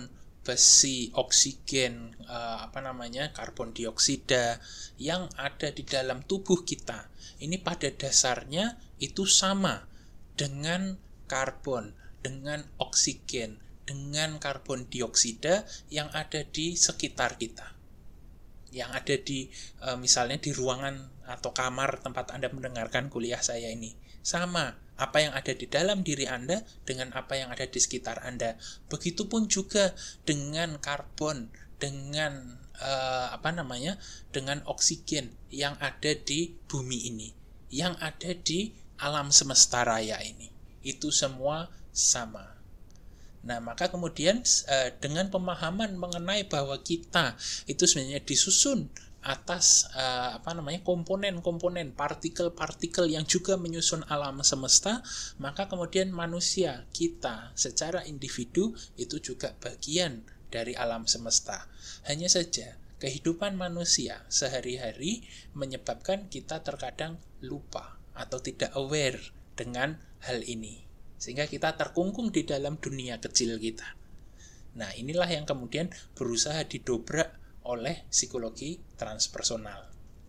besi, oksigen, uh, apa namanya, karbon dioksida yang ada di dalam tubuh kita, ini pada dasarnya itu sama dengan karbon, dengan oksigen, dengan karbon dioksida yang ada di sekitar kita, yang ada di uh, misalnya di ruangan atau kamar tempat Anda mendengarkan kuliah saya ini. Sama, apa yang ada di dalam diri Anda dengan apa yang ada di sekitar Anda. Begitupun juga dengan karbon, dengan uh, apa namanya, dengan oksigen yang ada di bumi ini, yang ada di alam semesta raya ini. Itu semua sama. Nah, maka kemudian uh, dengan pemahaman mengenai bahwa kita itu sebenarnya disusun atas uh, apa namanya komponen-komponen, partikel-partikel yang juga menyusun alam semesta, maka kemudian manusia, kita secara individu itu juga bagian dari alam semesta. Hanya saja kehidupan manusia sehari-hari menyebabkan kita terkadang lupa atau tidak aware dengan hal ini, sehingga kita terkungkung di dalam dunia kecil kita. Nah, inilah yang kemudian berusaha didobrak oleh psikologi transpersonal.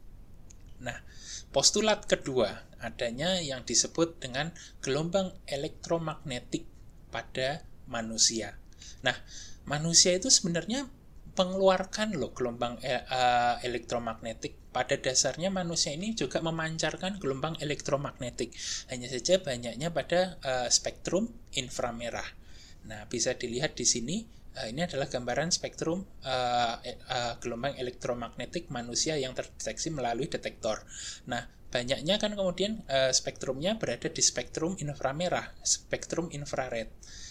Nah, postulat kedua, adanya yang disebut dengan gelombang elektromagnetik pada manusia. Nah, manusia itu sebenarnya mengeluarkan loh gelombang e- uh, elektromagnetik. Pada dasarnya manusia ini juga memancarkan gelombang elektromagnetik. Hanya saja banyaknya pada uh, spektrum inframerah. Nah, bisa dilihat di sini. Uh, ini adalah gambaran spektrum uh, uh, gelombang elektromagnetik manusia yang terdeteksi melalui detektor. Nah, banyaknya kan kemudian uh, spektrumnya berada di spektrum inframerah, spektrum infrared.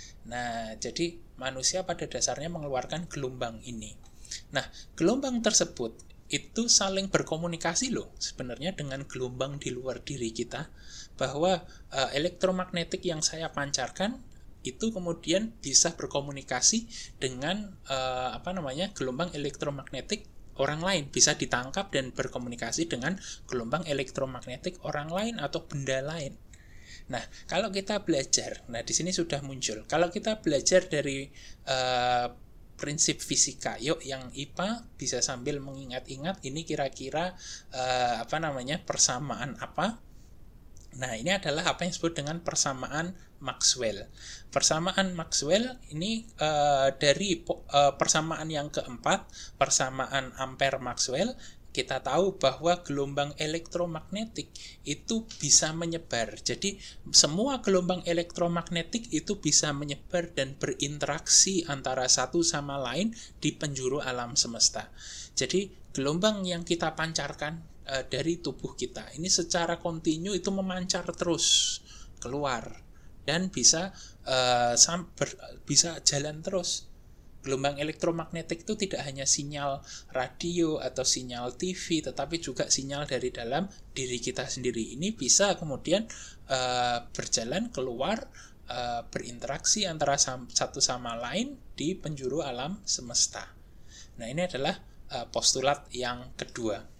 Nah, jadi manusia pada dasarnya mengeluarkan gelombang ini. Nah, gelombang tersebut itu saling berkomunikasi loh sebenarnya dengan gelombang di luar diri kita, bahwa uh, elektromagnetik yang saya pancarkan itu kemudian bisa berkomunikasi dengan uh, apa namanya gelombang elektromagnetik orang lain, bisa ditangkap dan berkomunikasi dengan gelombang elektromagnetik orang lain atau benda lain. Nah, kalau kita belajar, nah di sini sudah muncul. Kalau kita belajar dari uh, prinsip fisika, yuk yang I P A bisa sambil mengingat-ingat ini kira-kira uh, apa namanya persamaan apa. Nah, ini adalah apa yang disebut dengan persamaan Maxwell. Persamaan Maxwell ini uh, dari uh, persamaan yang keempat, persamaan Ampere-Maxwell, kita tahu bahwa gelombang elektromagnetik itu bisa menyebar. Jadi, semua gelombang elektromagnetik itu bisa menyebar dan berinteraksi antara satu sama lain di penjuru alam semesta. Jadi, gelombang yang kita pancarkan dari tubuh kita ini secara kontinu itu memancar terus keluar dan bisa uh, samber, bisa jalan terus. Gelombang elektromagnetik itu tidak hanya sinyal radio atau sinyal T V, tetapi juga sinyal dari dalam diri kita sendiri. Ini bisa kemudian uh, berjalan keluar, uh, berinteraksi antara sam- satu sama lain di penjuru alam semesta. Nah, ini adalah uh, postulat yang kedua.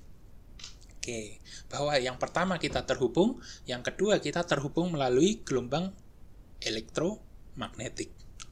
Oke, bahwa yang pertama kita terhubung, yang kedua kita terhubung melalui gelombang elektromagnetik.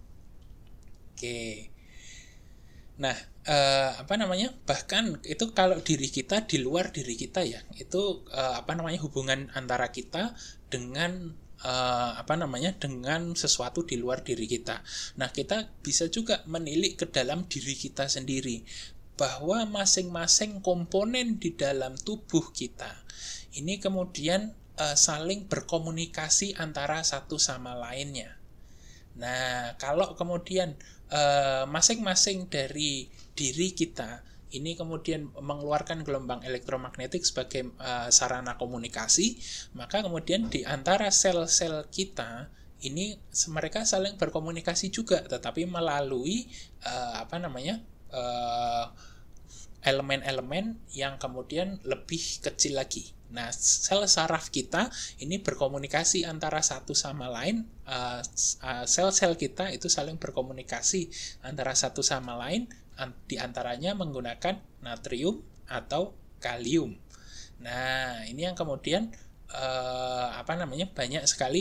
Oke. Nah, eh, apa namanya? Bahkan itu kalau diri kita di luar diri kita ya, itu eh, apa namanya hubungan antara kita dengan eh, apa namanya dengan sesuatu di luar diri kita. Nah, kita bisa juga menilik ke dalam diri kita sendiri, bahwa masing-masing komponen di dalam tubuh kita ini kemudian uh, saling berkomunikasi antara satu sama lainnya. Nah, kalau kemudian uh, masing-masing dari diri kita ini kemudian mengeluarkan gelombang elektromagnetik sebagai uh, sarana komunikasi, maka kemudian di antara sel-sel kita ini mereka saling berkomunikasi juga, tetapi melalui uh, apa namanya Uh, elemen-elemen yang kemudian lebih kecil lagi. Nah, sel saraf kita ini berkomunikasi antara satu sama lain. Uh, uh, sel-sel kita itu saling berkomunikasi antara satu sama lain, an- diantaranya menggunakan natrium atau kalium. Nah, ini yang kemudian uh, apa namanya banyak sekali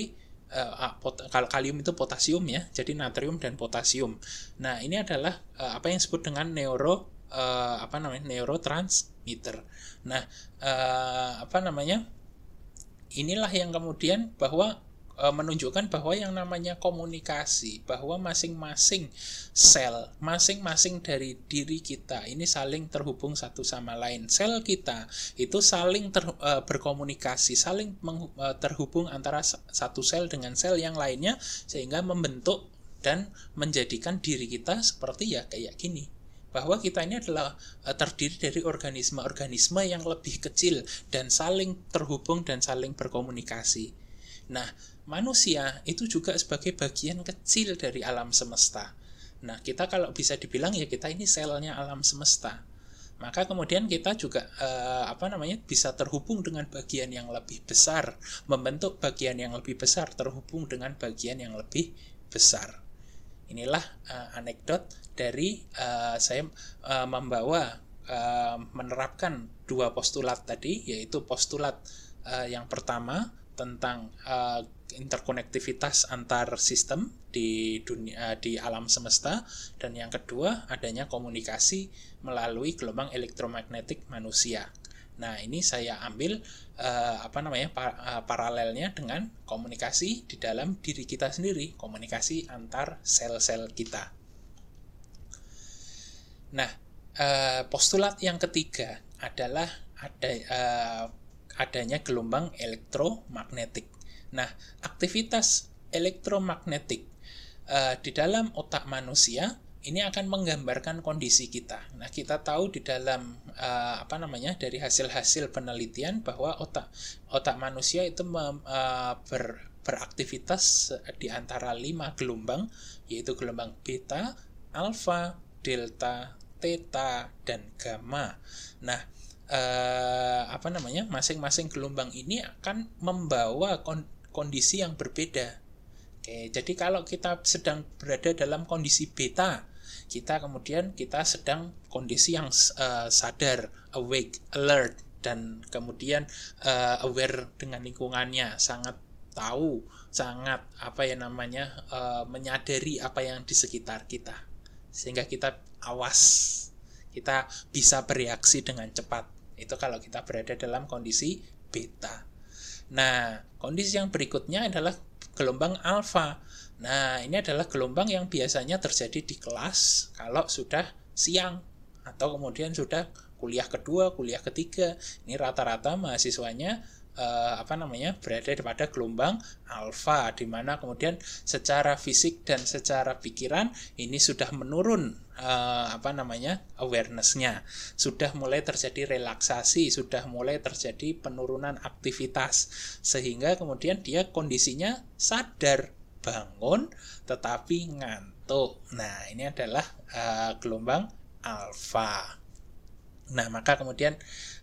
uh, pot, kalau kalium itu potasium ya, jadi natrium dan potasium. Nah, ini adalah uh, apa yang disebut dengan neuro uh, apa namanya neurotransmitter. Nah, uh, apa namanya? Inilah yang kemudian bahwa menunjukkan bahwa yang namanya komunikasi, bahwa masing-masing sel, masing-masing dari diri kita ini saling terhubung satu sama lain. Sel kita itu saling ter, uh, berkomunikasi, saling meng, uh, terhubung antara satu sel dengan sel yang lainnya, sehingga membentuk dan menjadikan diri kita seperti ya kayak gini. Bahwa kita ini adalah uh, terdiri dari organisme-organisme yang lebih kecil dan saling terhubung dan saling berkomunikasi. Nah, manusia itu juga sebagai bagian kecil dari alam semesta. Nah, kita kalau bisa dibilang ya kita ini selnya alam semesta. Maka kemudian kita juga eh, apa namanya bisa terhubung dengan bagian yang lebih besar, membentuk bagian yang lebih besar terhubung dengan bagian yang lebih besar. Inilah eh, anekdot dari eh, saya eh, membawa eh, menerapkan dua postulat tadi, yaitu postulat eh, yang pertama tentang uh, interkonektivitas antar sistem di dunia di alam semesta, dan yang kedua adanya komunikasi melalui gelombang elektromagnetik manusia. Nah, ini saya ambil uh, apa namanya pa, uh, paralelnya dengan komunikasi di dalam diri kita sendiri, komunikasi antar sel-sel kita. Nah, uh, postulat yang ketiga adalah ada uh, adanya gelombang elektromagnetik. Nah, aktivitas elektromagnetik uh, di dalam otak manusia ini akan menggambarkan kondisi kita. Nah, kita tahu di dalam uh, apa namanya dari hasil-hasil penelitian bahwa otak otak manusia itu mem, uh, ber, beraktivitas di antara lima gelombang, yaitu gelombang beta, alfa, delta, theta, dan gamma. Nah, Uh, apa namanya masing-masing gelombang ini akan membawa kondisi yang berbeda. Oke, jadi kalau kita sedang berada dalam kondisi beta, kita kemudian kita sedang kondisi yang uh, sadar, awake, alert, dan kemudian uh, aware dengan lingkungannya, sangat tahu, sangat apa ya namanya uh, menyadari apa yang di sekitar kita, sehingga kita awas, kita bisa bereaksi dengan cepat. Itu kalau kita berada dalam kondisi beta. Nah, kondisi yang berikutnya adalah gelombang alfa. Nah, ini adalah gelombang yang biasanya terjadi di kelas kalau sudah siang atau kemudian sudah kuliah kedua, kuliah ketiga. Ini rata-rata mahasiswanya eh, apa namanya berada pada gelombang alfa, di mana kemudian secara fisik dan secara pikiran ini sudah menurun eh, apa namanya awareness-nya, sudah mulai terjadi relaksasi, sudah mulai terjadi penurunan aktivitas, sehingga kemudian dia kondisinya sadar, bangun tetapi ngantuk. Nah, ini adalah uh, gelombang alfa. Nah, maka kemudian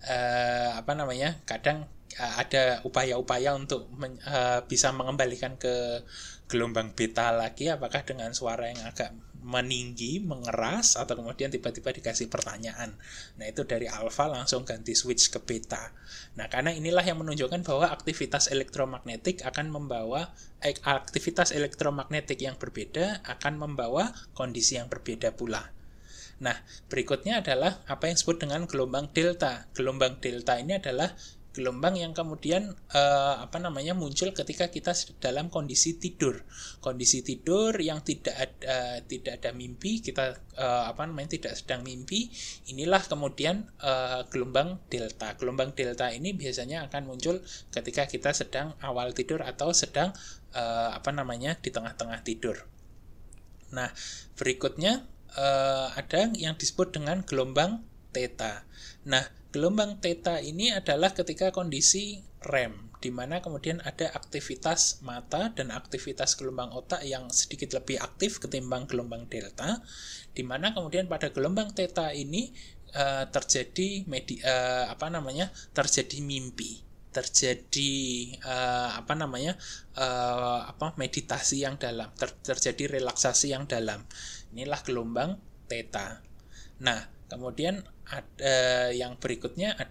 uh, apa namanya kadang uh, ada upaya-upaya untuk men, uh, bisa mengembalikan ke gelombang beta lagi, apakah dengan suara yang agak meninggi, mengeras, atau kemudian tiba-tiba dikasih pertanyaan. Nah, itu dari alfa langsung ganti switch ke beta. Nah, karena inilah yang menunjukkan bahwa aktivitas elektromagnetik akan membawa eh, aktivitas elektromagnetik yang berbeda akan membawa kondisi yang berbeda pula. Nah, berikutnya adalah apa yang disebut dengan gelombang delta. Gelombang delta ini adalah gelombang yang kemudian eh, apa namanya muncul ketika kita dalam kondisi tidur. Kondisi tidur yang tidak ada tidak ada mimpi, kita eh, apa namanya tidak sedang mimpi. Inilah kemudian eh, gelombang delta. Gelombang delta ini biasanya akan muncul ketika kita sedang awal tidur atau sedang eh, apa namanya di tengah-tengah tidur. Nah, berikutnya Uh, ada yang disebut dengan gelombang theta. Nah, gelombang theta ini adalah ketika kondisi R E M, di mana kemudian ada aktivitas mata dan aktivitas gelombang otak yang sedikit lebih aktif ketimbang gelombang delta, di mana kemudian pada gelombang theta ini uh, terjadi medi, uh, apa namanya terjadi mimpi, terjadi uh, apa namanya uh, apa meditasi yang dalam, ter, terjadi relaksasi yang dalam. Inilah gelombang theta. Nah, kemudian ada yang berikutnya ada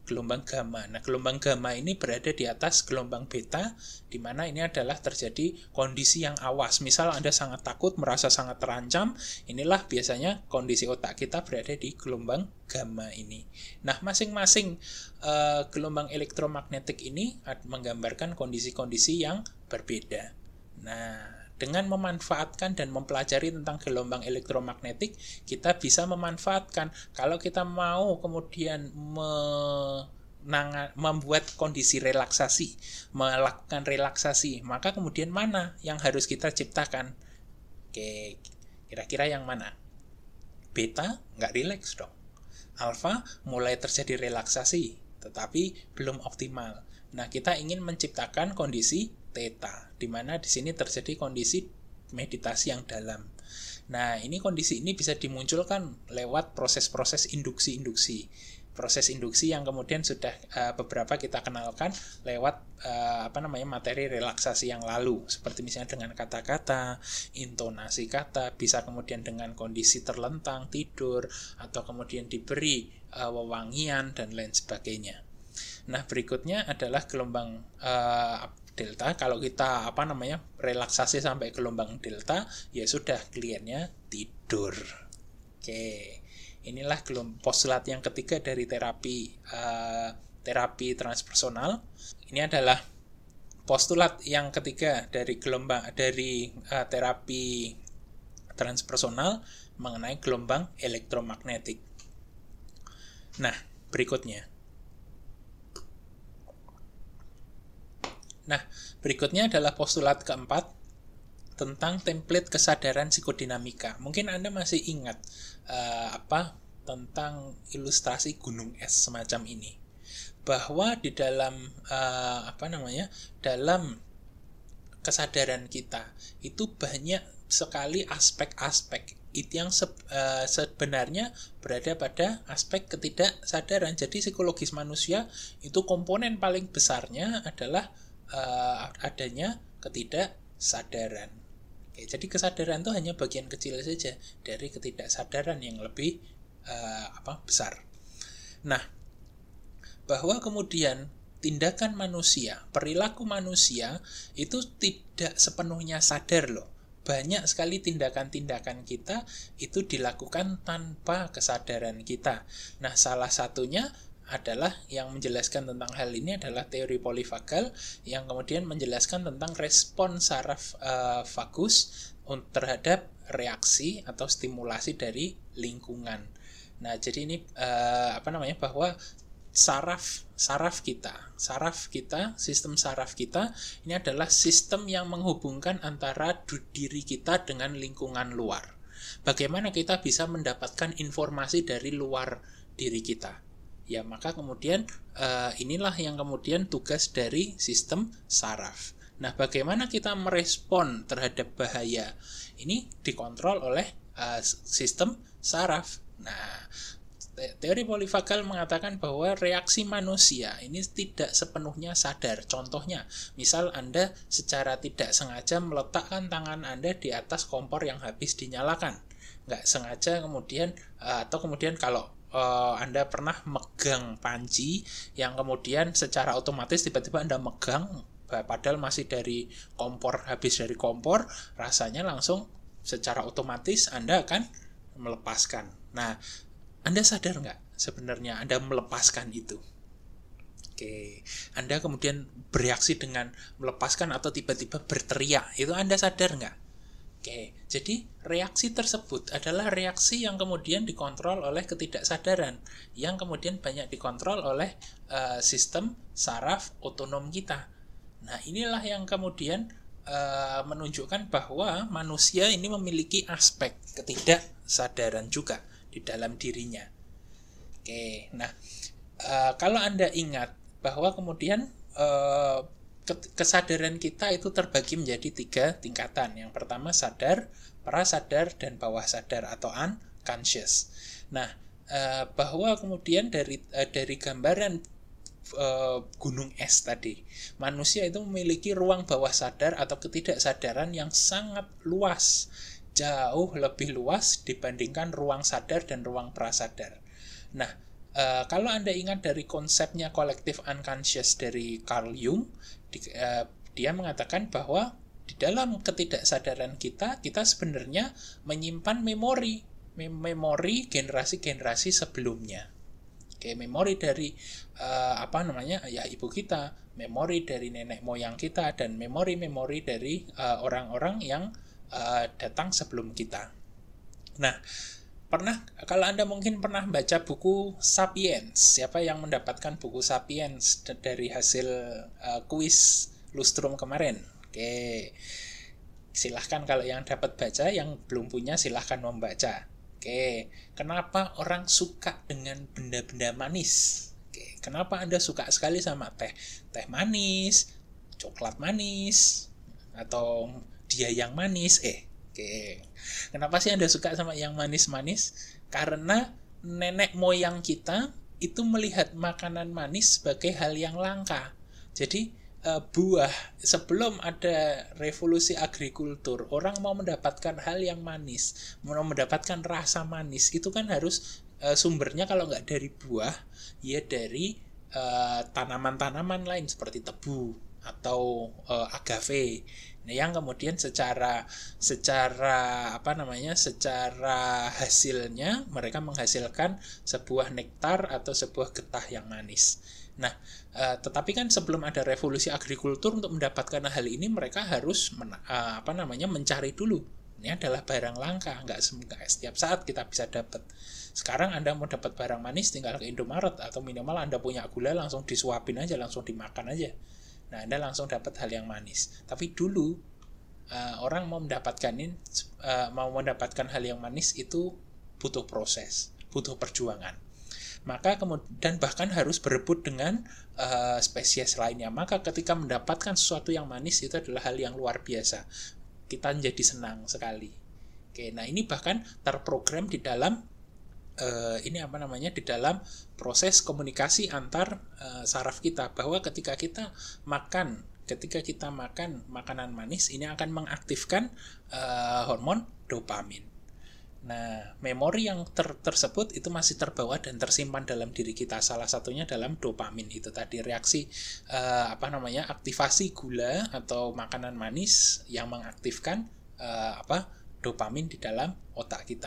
gelombang gamma. Nah, gelombang gamma ini berada di atas gelombang beta, di mana ini adalah terjadi kondisi yang awas. Misal Anda sangat takut, merasa sangat terancam, inilah biasanya kondisi otak kita berada di gelombang gamma ini. Nah, masing-masing uh, gelombang elektromagnetik ini menggambarkan kondisi-kondisi yang berbeda. Nah, dengan memanfaatkan dan mempelajari tentang gelombang elektromagnetik, kita bisa memanfaatkan kalau kita mau kemudian menanga, membuat kondisi relaksasi, melakukan relaksasi, maka kemudian mana yang harus kita ciptakan? Oke, kira-kira yang mana? Beta nggak rileks dong. Alfa mulai terjadi relaksasi, tetapi belum optimal. Nah, kita ingin menciptakan kondisi theta, di mana di sini terjadi kondisi meditasi yang dalam. Nah, ini kondisi ini bisa dimunculkan lewat proses-proses induksi-induksi. Proses induksi yang kemudian sudah uh, beberapa kita kenalkan lewat uh, apa namanya materi relaksasi yang lalu, seperti misalnya dengan kata-kata, intonasi kata, bisa kemudian dengan kondisi terlentang, tidur, atau kemudian diberi uh, wewangian dan lain sebagainya. Nah, berikutnya adalah gelombang uh, delta. Kalau kita apa namanya relaksasi sampai gelombang delta, ya sudah kliennya tidur. Oke, inilah postulat yang ketiga dari terapi uh, terapi transpersonal. Ini adalah postulat yang ketiga dari gelombang dari uh, terapi transpersonal mengenai gelombang elektromagnetik. Nah, berikutnya. Nah, berikutnya adalah postulat keempat tentang template kesadaran psikodinamika. Mungkin Anda masih ingat uh, apa tentang ilustrasi gunung es semacam ini. Bahwa di dalam uh, apa namanya? dalam kesadaran kita itu banyak sekali aspek-aspek itu yang se, uh, sebenarnya berada pada aspek ketidaksadaran. Jadi psikologis manusia itu komponen paling besarnya adalah Uh, adanya ketidaksadaran. Oke, jadi kesadaran itu hanya bagian kecil saja dari ketidaksadaran yang lebih uh, apa besar. Nah, bahwa kemudian tindakan manusia, perilaku manusia itu tidak sepenuhnya sadar loh. Banyak sekali tindakan-tindakan kita itu dilakukan tanpa kesadaran kita. Nah, salah satunya adalah yang menjelaskan tentang hal ini adalah teori polifagal yang kemudian menjelaskan tentang respon saraf uh, vagus terhadap reaksi atau stimulasi dari lingkungan. Nah, jadi ini uh, apa namanya bahwa saraf saraf kita, saraf kita, sistem saraf kita ini adalah sistem yang menghubungkan antara diri kita dengan lingkungan luar. Bagaimana kita bisa mendapatkan informasi dari luar diri kita? Ya, maka kemudian uh, inilah yang kemudian tugas dari sistem saraf. Nah, bagaimana kita merespon terhadap bahaya? Ini dikontrol oleh uh, sistem saraf. Nah, teori polifagal mengatakan bahwa reaksi manusia ini tidak sepenuhnya sadar. Contohnya, misal Anda secara tidak sengaja meletakkan tangan Anda di atas kompor yang habis dinyalakan. Nggak sengaja kemudian, uh, atau kemudian kalau Uh, Anda pernah megang panci yang kemudian secara otomatis tiba-tiba Anda megang padahal masih dari kompor, habis dari kompor, rasanya langsung secara otomatis Anda akan melepaskan. Nah, Anda sadar nggak sebenarnya Anda melepaskan itu? Oke, Anda kemudian bereaksi dengan melepaskan atau tiba-tiba berteriak, itu Anda sadar nggak? Oke, jadi reaksi tersebut adalah reaksi yang kemudian dikontrol oleh ketidaksadaran, yang kemudian banyak dikontrol oleh uh, sistem saraf otonom kita. Nah, inilah yang kemudian uh, menunjukkan bahwa manusia ini memiliki aspek ketidaksadaran juga di dalam dirinya. Oke, nah uh, kalau Anda ingat bahwa kemudian uh, kesadaran kita itu terbagi menjadi tiga tingkatan. Yang pertama sadar, prasadar, dan bawah sadar atau unconscious. Nah, bahwa kemudian dari dari gambaran gunung es tadi, manusia itu memiliki ruang bawah sadar atau ketidaksadaran yang sangat luas, jauh lebih luas dibandingkan ruang sadar dan ruang prasadar. Nah, Uh, kalau Anda ingat dari konsepnya collective unconscious dari Carl Jung, di, uh, dia mengatakan bahwa di dalam ketidaksadaran kita, kita sebenarnya menyimpan memori, memori generasi-generasi sebelumnya. Oke, memori dari uh, apa namanya ya ibu kita, memori dari nenek moyang kita, dan memori-memori dari uh, orang-orang yang uh, datang sebelum kita. Nah, pernah, kalau Anda mungkin pernah baca buku Sapiens, siapa yang mendapatkan buku Sapiens dari hasil uh, kuis Lustrum kemarin? Oke, silahkan kalau yang dapat baca, yang belum punya silahkan membaca. Oke, kenapa orang suka dengan benda-benda manis? Oke, kenapa Anda suka sekali sama teh? Teh manis, coklat manis, atau dia yang manis? Eh, Oke, kenapa sih Anda suka sama yang manis-manis? Karena nenek moyang kita itu melihat makanan manis sebagai hal yang langka. Jadi buah, sebelum ada revolusi agrikultur, orang mau mendapatkan hal yang manis, mau mendapatkan rasa manis, itu kan harus sumbernya kalau nggak dari buah, ya dari uh, tanaman-tanaman lain seperti tebu atau uh, agave. Nah, yang kemudian secara secara apa namanya secara hasilnya mereka menghasilkan sebuah nektar atau sebuah getah yang manis. Nah, uh, tetapi kan sebelum ada revolusi agrikultur, untuk mendapatkan hal ini mereka harus men, uh, apa namanya mencari dulu. Ini adalah barang langka, nggak setiap saat kita bisa dapat. Sekarang Anda mau dapat barang manis tinggal ke Indomaret, atau minimal Anda punya gula langsung disuapin aja, langsung dimakan aja. Nah, Anda langsung dapat hal yang manis. Tapi dulu uh, orang mau mendapatkan ini, uh, mau mendapatkan hal yang manis itu butuh proses, butuh perjuangan. Maka kemudian bahkan harus berebut dengan uh, spesies lainnya. Maka ketika mendapatkan sesuatu yang manis itu adalah hal yang luar biasa. Kita menjadi senang sekali. Oke, nah ini bahkan terprogram di dalam Uh, ini apa namanya di dalam proses komunikasi antar uh, saraf kita, bahwa ketika kita makan ketika kita makan makanan manis, ini akan mengaktifkan uh, hormon dopamin. Nah, memori yang ter- tersebut itu masih terbawa dan tersimpan dalam diri kita. Salah satunya dalam dopamin itu tadi, reaksi uh, apa namanya aktivasi gula atau makanan manis yang mengaktifkan uh, apa dopamin di dalam otak kita.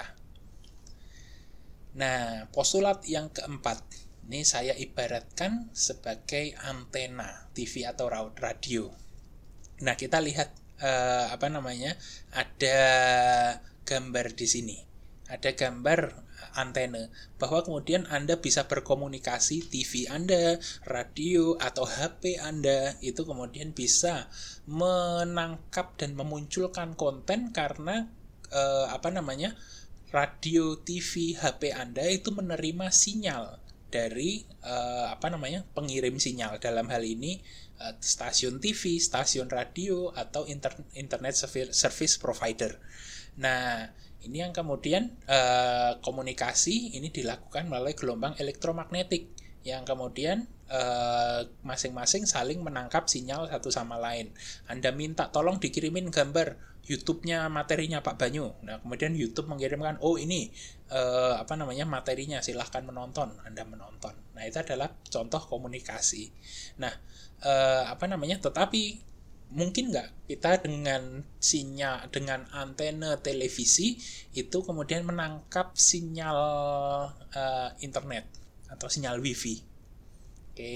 Nah, postulat yang keempat, ini saya ibaratkan sebagai antena T V atau radio. Nah, kita lihat eh, apa namanya, ada gambar di sini, ada gambar antena, bahwa kemudian Anda bisa berkomunikasi, T V Anda, radio, atau H P Anda itu kemudian bisa menangkap dan memunculkan konten karena eh, apa namanya radio, T V, H P Anda itu menerima sinyal dari uh, apa namanya pengirim sinyal, dalam hal ini uh, stasiun T V, stasiun radio, atau inter- internet service provider. Nah, ini yang kemudian uh, komunikasi ini dilakukan melalui gelombang elektromagnetik yang kemudian uh, masing-masing saling menangkap sinyal satu sama lain. Anda minta tolong dikirimin gambar YouTube-nya, materinya Pak Banyu. Nah, kemudian YouTube mengirimkan, oh ini uh, apa namanya materinya, silahkan menonton. Anda menonton. Nah, itu adalah contoh komunikasi. Nah, uh, apa namanya? Tetapi mungkin nggak kita dengan sinyal, dengan antena televisi itu kemudian menangkap sinyal uh, internet atau sinyal wifi? Oke,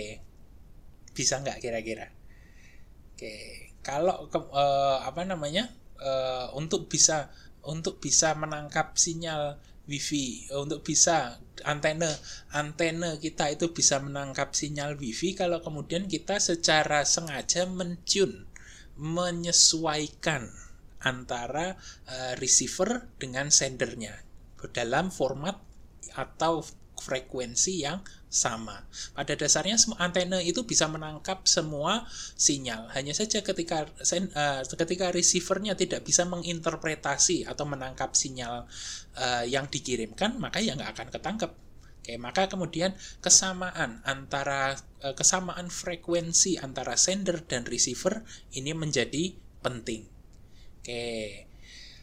bisa nggak kira-kira? Oke. Kalau ke, uh, apa namanya uh, untuk bisa untuk bisa menangkap sinyal wifi, untuk bisa antena antena kita itu bisa menangkap sinyal wifi kalau kemudian kita secara sengaja mencune, menyesuaikan antara uh, receiver dengan sendernya dalam format atau frekuensi yang sama. Pada dasarnya antena itu bisa menangkap semua sinyal. Hanya saja ketika uh, ketika receivernya tidak bisa menginterpretasi atau menangkap sinyal uh, yang dikirimkan, maka ya nggak akan ketangkep. Oke, maka kemudian kesamaan antara uh, kesamaan frekuensi antara sender dan receiver ini menjadi penting. Oke.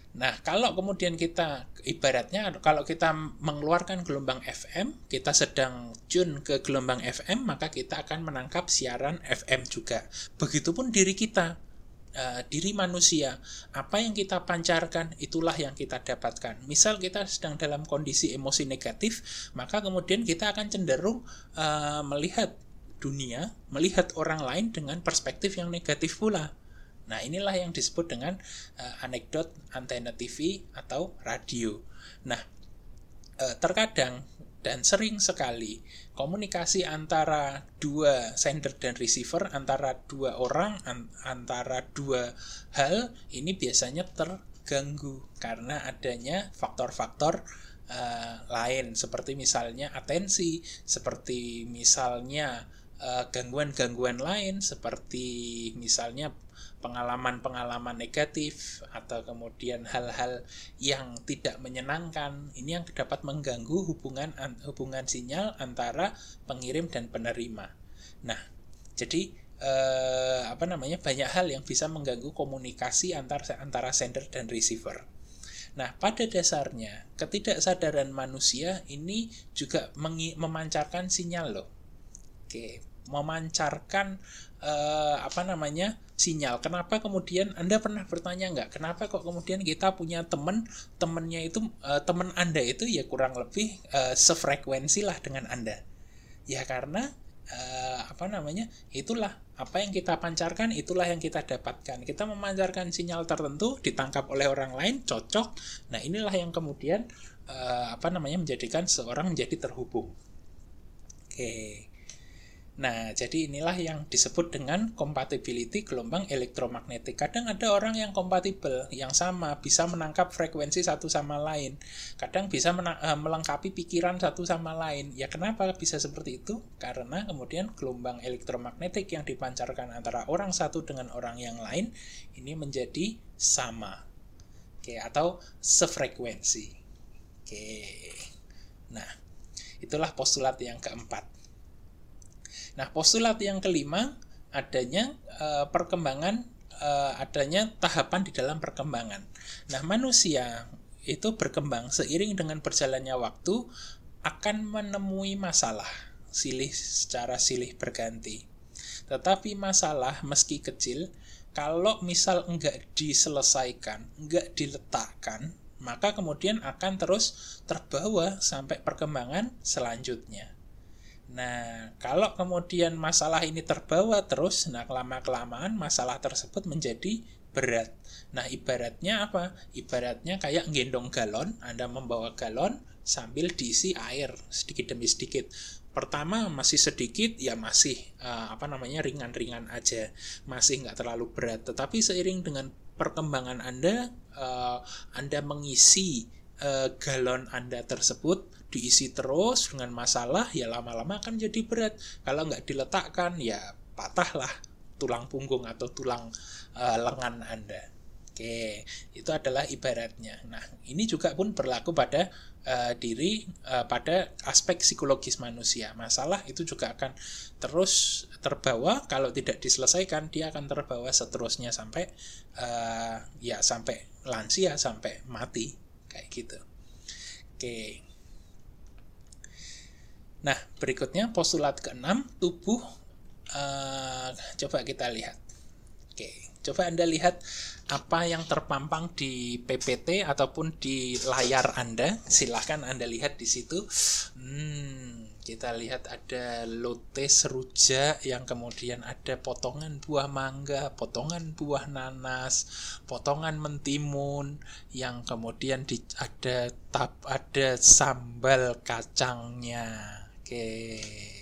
Nah, kalau kemudian kita ibaratnya kalau kita mengeluarkan gelombang F M, kita sedang tune ke gelombang F M, maka kita akan menangkap siaran F M juga. Begitupun diri kita, uh, diri manusia, apa yang kita pancarkan itulah yang kita dapatkan. Misal kita sedang dalam kondisi emosi negatif, maka kemudian kita akan cenderung uh, melihat dunia, melihat orang lain dengan perspektif yang negatif pula. Nah, inilah yang disebut dengan uh, anekdot antena T V atau radio. Nah, uh, terkadang dan sering sekali komunikasi antara dua sender dan receiver, antara dua orang, an- antara dua hal, ini biasanya terganggu karena adanya faktor-faktor uh, lain, seperti misalnya atensi, seperti misalnya uh, gangguan-gangguan lain, seperti misalnya pengalaman-pengalaman negatif atau kemudian hal-hal yang tidak menyenangkan. Ini yang dapat mengganggu hubungan hubungan sinyal antara pengirim dan penerima. Nah, jadi eh, apa namanya banyak hal yang bisa mengganggu komunikasi antara antara sender dan receiver. Nah, pada dasarnya ketidaksadaran manusia ini juga mengi- memancarkan sinyal loh. Oke, memancarkan eh, apa namanya sinyal. Kenapa kemudian Anda pernah bertanya nggak? Kenapa kok kemudian kita punya teman, temannya itu eh, teman Anda itu ya kurang lebih eh, sefrekuensi lah dengan Anda. Ya karena eh, apa namanya? Itulah apa yang kita pancarkan, itulah yang kita dapatkan. Kita memancarkan sinyal tertentu, ditangkap oleh orang lain, cocok. Nah, inilah yang kemudian eh, apa namanya menjadikan seorang menjadi terhubung. Oke. Nah, jadi inilah yang disebut dengan compatibility gelombang elektromagnetik. Kadang ada orang yang kompatibel, yang sama, bisa menangkap frekuensi satu sama lain. Kadang bisa mena- melengkapi pikiran satu sama lain. Ya kenapa bisa seperti itu? Karena kemudian gelombang elektromagnetik yang dipancarkan antara orang satu dengan orang yang lain, ini menjadi sama. Oke, atau sefrekuensi. Oke. Nah, itulah postulat yang keempat. Nah, postulat yang kelima adanya e, perkembangan, e, adanya tahapan di dalam perkembangan. Nah, manusia itu berkembang seiring dengan berjalannya waktu akan menemui masalah silih secara silih berganti. Tetapi masalah meski kecil, kalau misal enggak diselesaikan, enggak diletakkan, maka kemudian akan terus terbawa sampai perkembangan selanjutnya. Nah, kalau kemudian masalah ini terbawa terus, nah lama-kelamaan masalah tersebut menjadi berat. Nah, ibaratnya apa? Ibaratnya kayak gendong galon, Anda membawa galon sambil diisi air sedikit demi sedikit. Pertama masih sedikit, ya masih uh, apa namanya ringan-ringan aja, masih nggak terlalu berat. Tetapi seiring dengan perkembangan Anda, uh, Anda mengisi uh, galon Anda tersebut, diisi terus dengan masalah, ya lama-lama akan jadi berat. Kalau nggak diletakkan, ya patahlah tulang punggung atau tulang uh, lengan Anda. Oke, itu adalah ibaratnya. Nah, ini juga pun berlaku pada uh, diri, uh, pada aspek psikologis manusia. Masalah itu juga akan terus terbawa, kalau tidak diselesaikan, dia akan terbawa seterusnya sampai uh, ya sampai lansia, sampai mati, kayak gitu. Oke. Nah, berikutnya postulat keenam, tubuh. Uh, coba kita lihat. Oke, coba Anda lihat apa yang terpampang di P P T ataupun di layar Anda. Silahkan Anda lihat di situ. Hmm, kita lihat ada lotes rujak, yang kemudian ada potongan buah mangga, potongan buah nanas, potongan mentimun, yang kemudian di, ada tap, ada sambal kacangnya. Oke.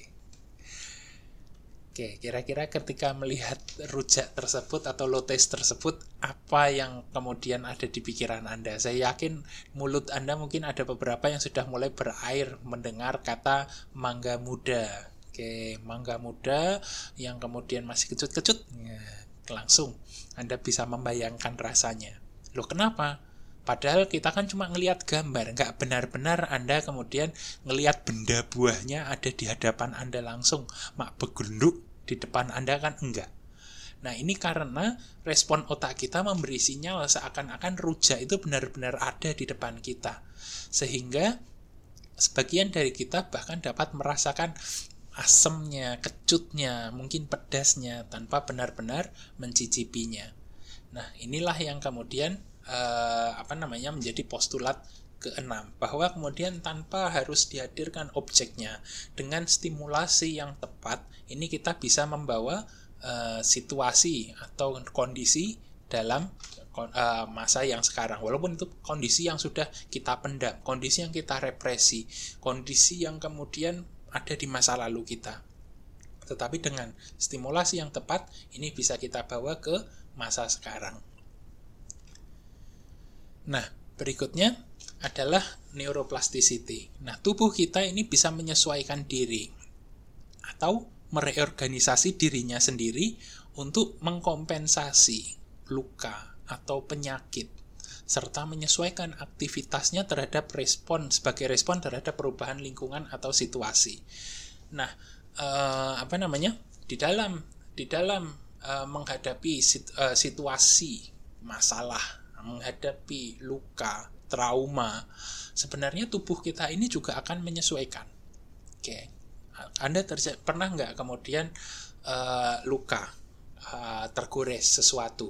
Oke, kira-kira ketika melihat rujak tersebut atau lotes tersebut, apa yang kemudian ada di pikiran Anda? Saya yakin mulut Anda mungkin ada beberapa yang sudah mulai berair mendengar kata mangga muda. Oke, mangga muda yang kemudian masih kecut-kecut, ya, langsung Anda bisa membayangkan rasanya. Loh, kenapa? Padahal kita kan cuma ngelihat gambar, nggak benar-benar Anda kemudian ngelihat benda buahnya ada di hadapan Anda langsung, mak begenduk di depan Anda kan enggak. Nah, ini karena respon otak kita memberi sinyal seakan-akan rujak itu benar-benar ada di depan kita. Sehingga sebagian dari kita bahkan dapat merasakan asemnya, kecutnya, mungkin pedasnya tanpa benar-benar mencicipinya. Nah, inilah yang kemudian eh, apa namanya menjadi postulat keenam, bahwa kemudian tanpa harus dihadirkan objeknya, dengan stimulasi yang tepat, ini kita bisa membawa uh, situasi atau kondisi dalam uh, masa yang sekarang, walaupun itu kondisi yang sudah kita pendam, kondisi yang kita represi, kondisi yang kemudian ada di masa lalu kita. Tetapi dengan stimulasi yang tepat, ini bisa kita bawa ke masa sekarang. Nah, berikutnya adalah neuroplasticity. Nah, tubuh kita ini bisa menyesuaikan diri atau mereorganisasi dirinya sendiri untuk mengkompensasi luka atau penyakit, serta menyesuaikan aktivitasnya terhadap respon sebagai respon terhadap perubahan lingkungan atau situasi. Nah, eh, apa namanya? Di dalam di dalam eh, menghadapi sit, eh, situasi masalah, menghadapi luka, trauma, sebenarnya tubuh kita ini juga akan menyesuaikan. Oke, Anda terja- pernah nggak kemudian uh, luka, uh, tergores sesuatu?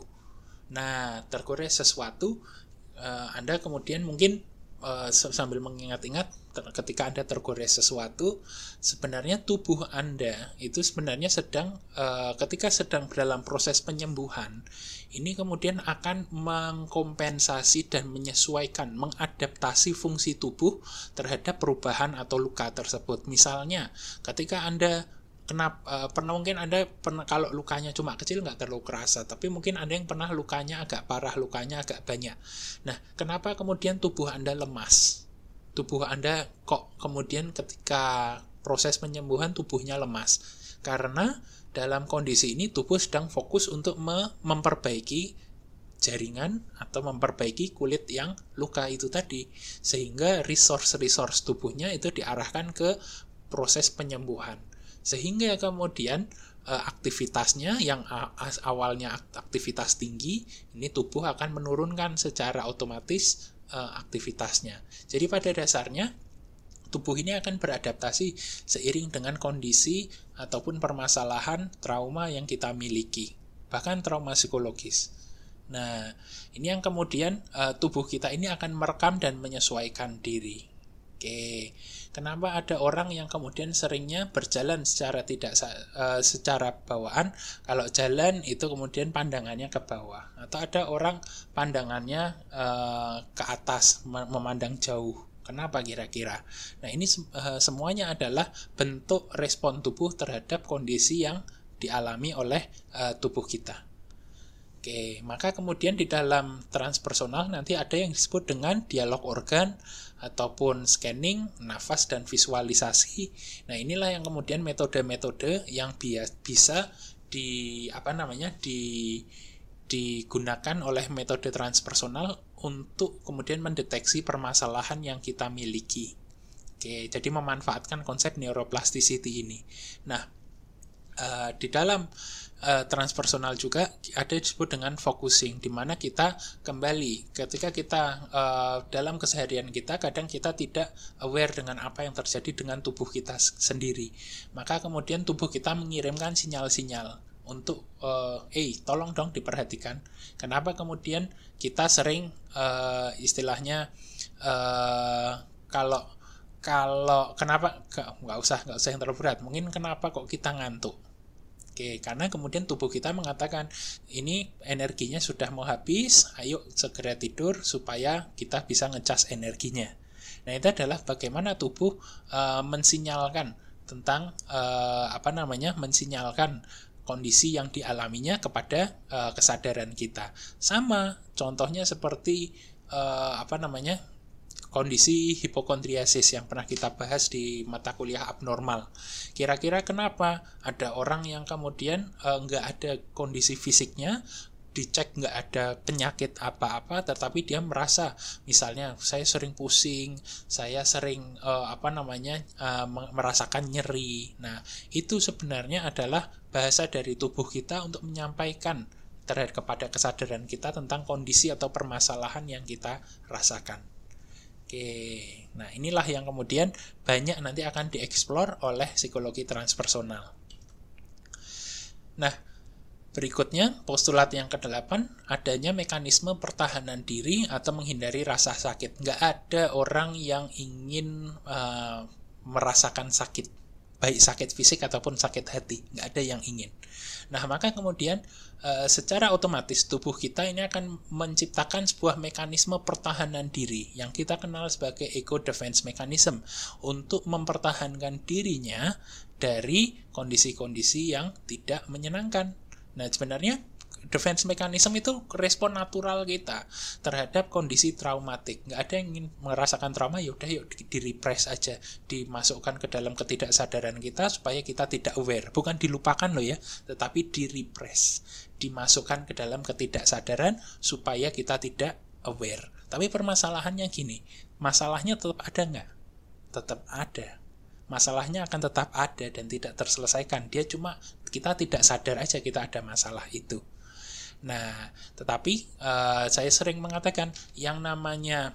Nah, tergores sesuatu, uh, Anda kemudian mungkin uh, sambil mengingat-ingat ketika Anda tergores sesuatu, sebenarnya tubuh Anda itu sebenarnya sedang uh, ketika sedang dalam proses penyembuhan, ini kemudian akan mengkompensasi dan menyesuaikan, mengadaptasi fungsi tubuh terhadap perubahan atau luka tersebut. Misalnya, ketika Anda kenapa uh, pernah mungkin Anda pernah, kalau lukanya cuma kecil nggak terlalu kerasa, tapi mungkin Anda yang pernah lukanya agak parah, lukanya agak banyak. Nah, kenapa kemudian tubuh Anda lemas? Tubuh Anda kok kemudian ketika proses penyembuhan tubuhnya lemas? Karena dalam kondisi ini tubuh sedang fokus untuk memperbaiki jaringan atau memperbaiki kulit yang luka itu tadi, sehingga resource-resource tubuhnya itu diarahkan ke proses penyembuhan, sehingga kemudian aktivitasnya yang awalnya aktivitas tinggi, ini tubuh akan menurunkan secara otomatis aktivitasnya. Jadi pada dasarnya tubuh ini akan beradaptasi seiring dengan kondisi ataupun permasalahan trauma yang kita miliki, bahkan trauma psikologis. Nah, ini yang kemudian uh, tubuh kita ini akan merekam dan menyesuaikan diri. Oke, kenapa ada orang yang kemudian seringnya berjalan secara tidak uh, secara bawaan? Kalau jalan itu kemudian pandangannya ke bawah, atau ada orang pandangannya uh, ke atas, memandang jauh. Kenapa kira-kira? Nah, ini uh, semuanya adalah bentuk respon tubuh terhadap kondisi yang dialami oleh uh, tubuh kita. Oke, maka kemudian di dalam transpersonal nanti ada yang disebut dengan dialog organ ataupun scanning, nafas, dan visualisasi. Nah, inilah yang kemudian metode-metode yang bias, bisa di apa namanya di digunakan oleh metode transpersonal untuk kemudian mendeteksi permasalahan yang kita miliki. Oke, jadi memanfaatkan konsep neuroplasticity ini. Nah, uh, di dalam uh, transpersonal juga ada disebut dengan focusing, di mana kita kembali ketika kita uh, dalam keseharian kita kadang kita tidak aware dengan apa yang terjadi dengan tubuh kita sendiri. Maka kemudian tubuh kita mengirimkan sinyal-sinyal untuk uh, eh tolong dong diperhatikan. Kenapa kemudian kita sering uh, istilahnya uh, kalau kalau kenapa nggak usah nggak usah yang terlalu berat. Mungkin kenapa kok kita ngantuk? Oke, karena kemudian tubuh kita mengatakan ini energinya sudah mau habis, ayo segera tidur supaya kita bisa ngecas energinya. Nah, itu adalah bagaimana tubuh uh, mensinyalkan tentang uh, apa namanya mensinyalkan kondisi yang dialaminya kepada uh, kesadaran kita. Sama contohnya seperti uh, apa namanya kondisi hipokondriasis yang pernah kita bahas di mata kuliah abnormal. Kira-kira kenapa ada orang yang kemudian uh, nggak ada kondisi fisiknya, dicek nggak ada penyakit apa-apa, tetapi dia merasa misalnya saya sering pusing, saya sering uh, apa namanya uh, merasakan nyeri. Nah, itu sebenarnya adalah bahasa dari tubuh kita untuk menyampaikan terhadap kepada kesadaran kita tentang kondisi atau permasalahan yang kita rasakan. Oke, nah inilah yang kemudian banyak nanti akan dieksplor oleh psikologi transpersonal. Nah, berikutnya postulat yang kedelapan, adanya mekanisme pertahanan diri atau menghindari rasa sakit. Nggak ada orang yang ingin uh, merasakan sakit, baik sakit fisik ataupun sakit hati, nggak ada yang ingin. Nah, maka kemudian e, secara otomatis tubuh kita ini akan menciptakan sebuah mekanisme pertahanan diri yang kita kenal sebagai ego defense mechanism untuk mempertahankan dirinya dari kondisi-kondisi yang tidak menyenangkan. Nah, sebenarnya defense mechanism itu respon natural kita terhadap kondisi traumatik. Nggak ada yang ingin merasakan trauma, yaudah yuk di-repress aja, dimasukkan ke dalam ketidaksadaran kita supaya kita tidak aware. Bukan dilupakan loh ya, tetapi di-repress, dimasukkan ke dalam ketidaksadaran supaya kita tidak aware. Tapi permasalahannya gini, masalahnya tetap ada nggak? Tetap ada. Masalahnya akan tetap ada dan tidak terselesaikan. Dia cuma kita tidak sadar aja kita ada masalah itu. Nah, tetapi uh, saya sering mengatakan yang namanya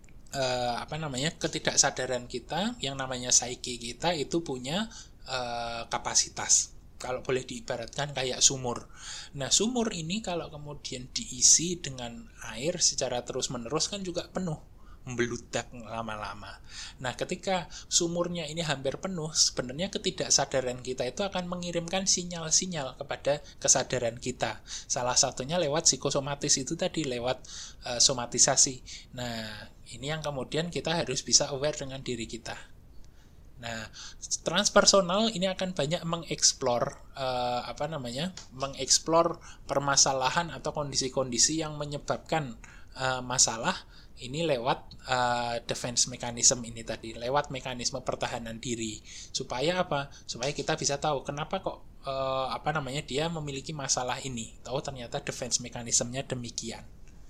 uh, apa namanya ketidaksadaran kita, yang namanya psyche kita itu punya uh, kapasitas. Kalau boleh diibaratkan kayak sumur. Nah, sumur ini kalau kemudian diisi dengan air secara terus-menerus kan juga penuh, membeludak lama-lama. Nah, ketika sumurnya ini hampir penuh, sebenarnya ketidaksadaran kita itu akan mengirimkan sinyal-sinyal kepada kesadaran kita. Salah satunya lewat psikosomatis itu tadi, lewat uh, somatisasi. Nah, ini yang kemudian kita harus bisa aware dengan diri kita. Nah, transpersonal ini akan banyak mengeksplor uh, apa namanya? mengeksplor permasalahan atau kondisi-kondisi yang menyebabkan uh, masalah ini lewat uh, defense mechanism ini tadi, lewat mekanisme pertahanan diri. Supaya apa? Supaya kita bisa tahu kenapa kok uh, apa namanya dia memiliki masalah ini. Tahu ternyata defense mechanismnya demikian.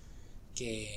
Oke.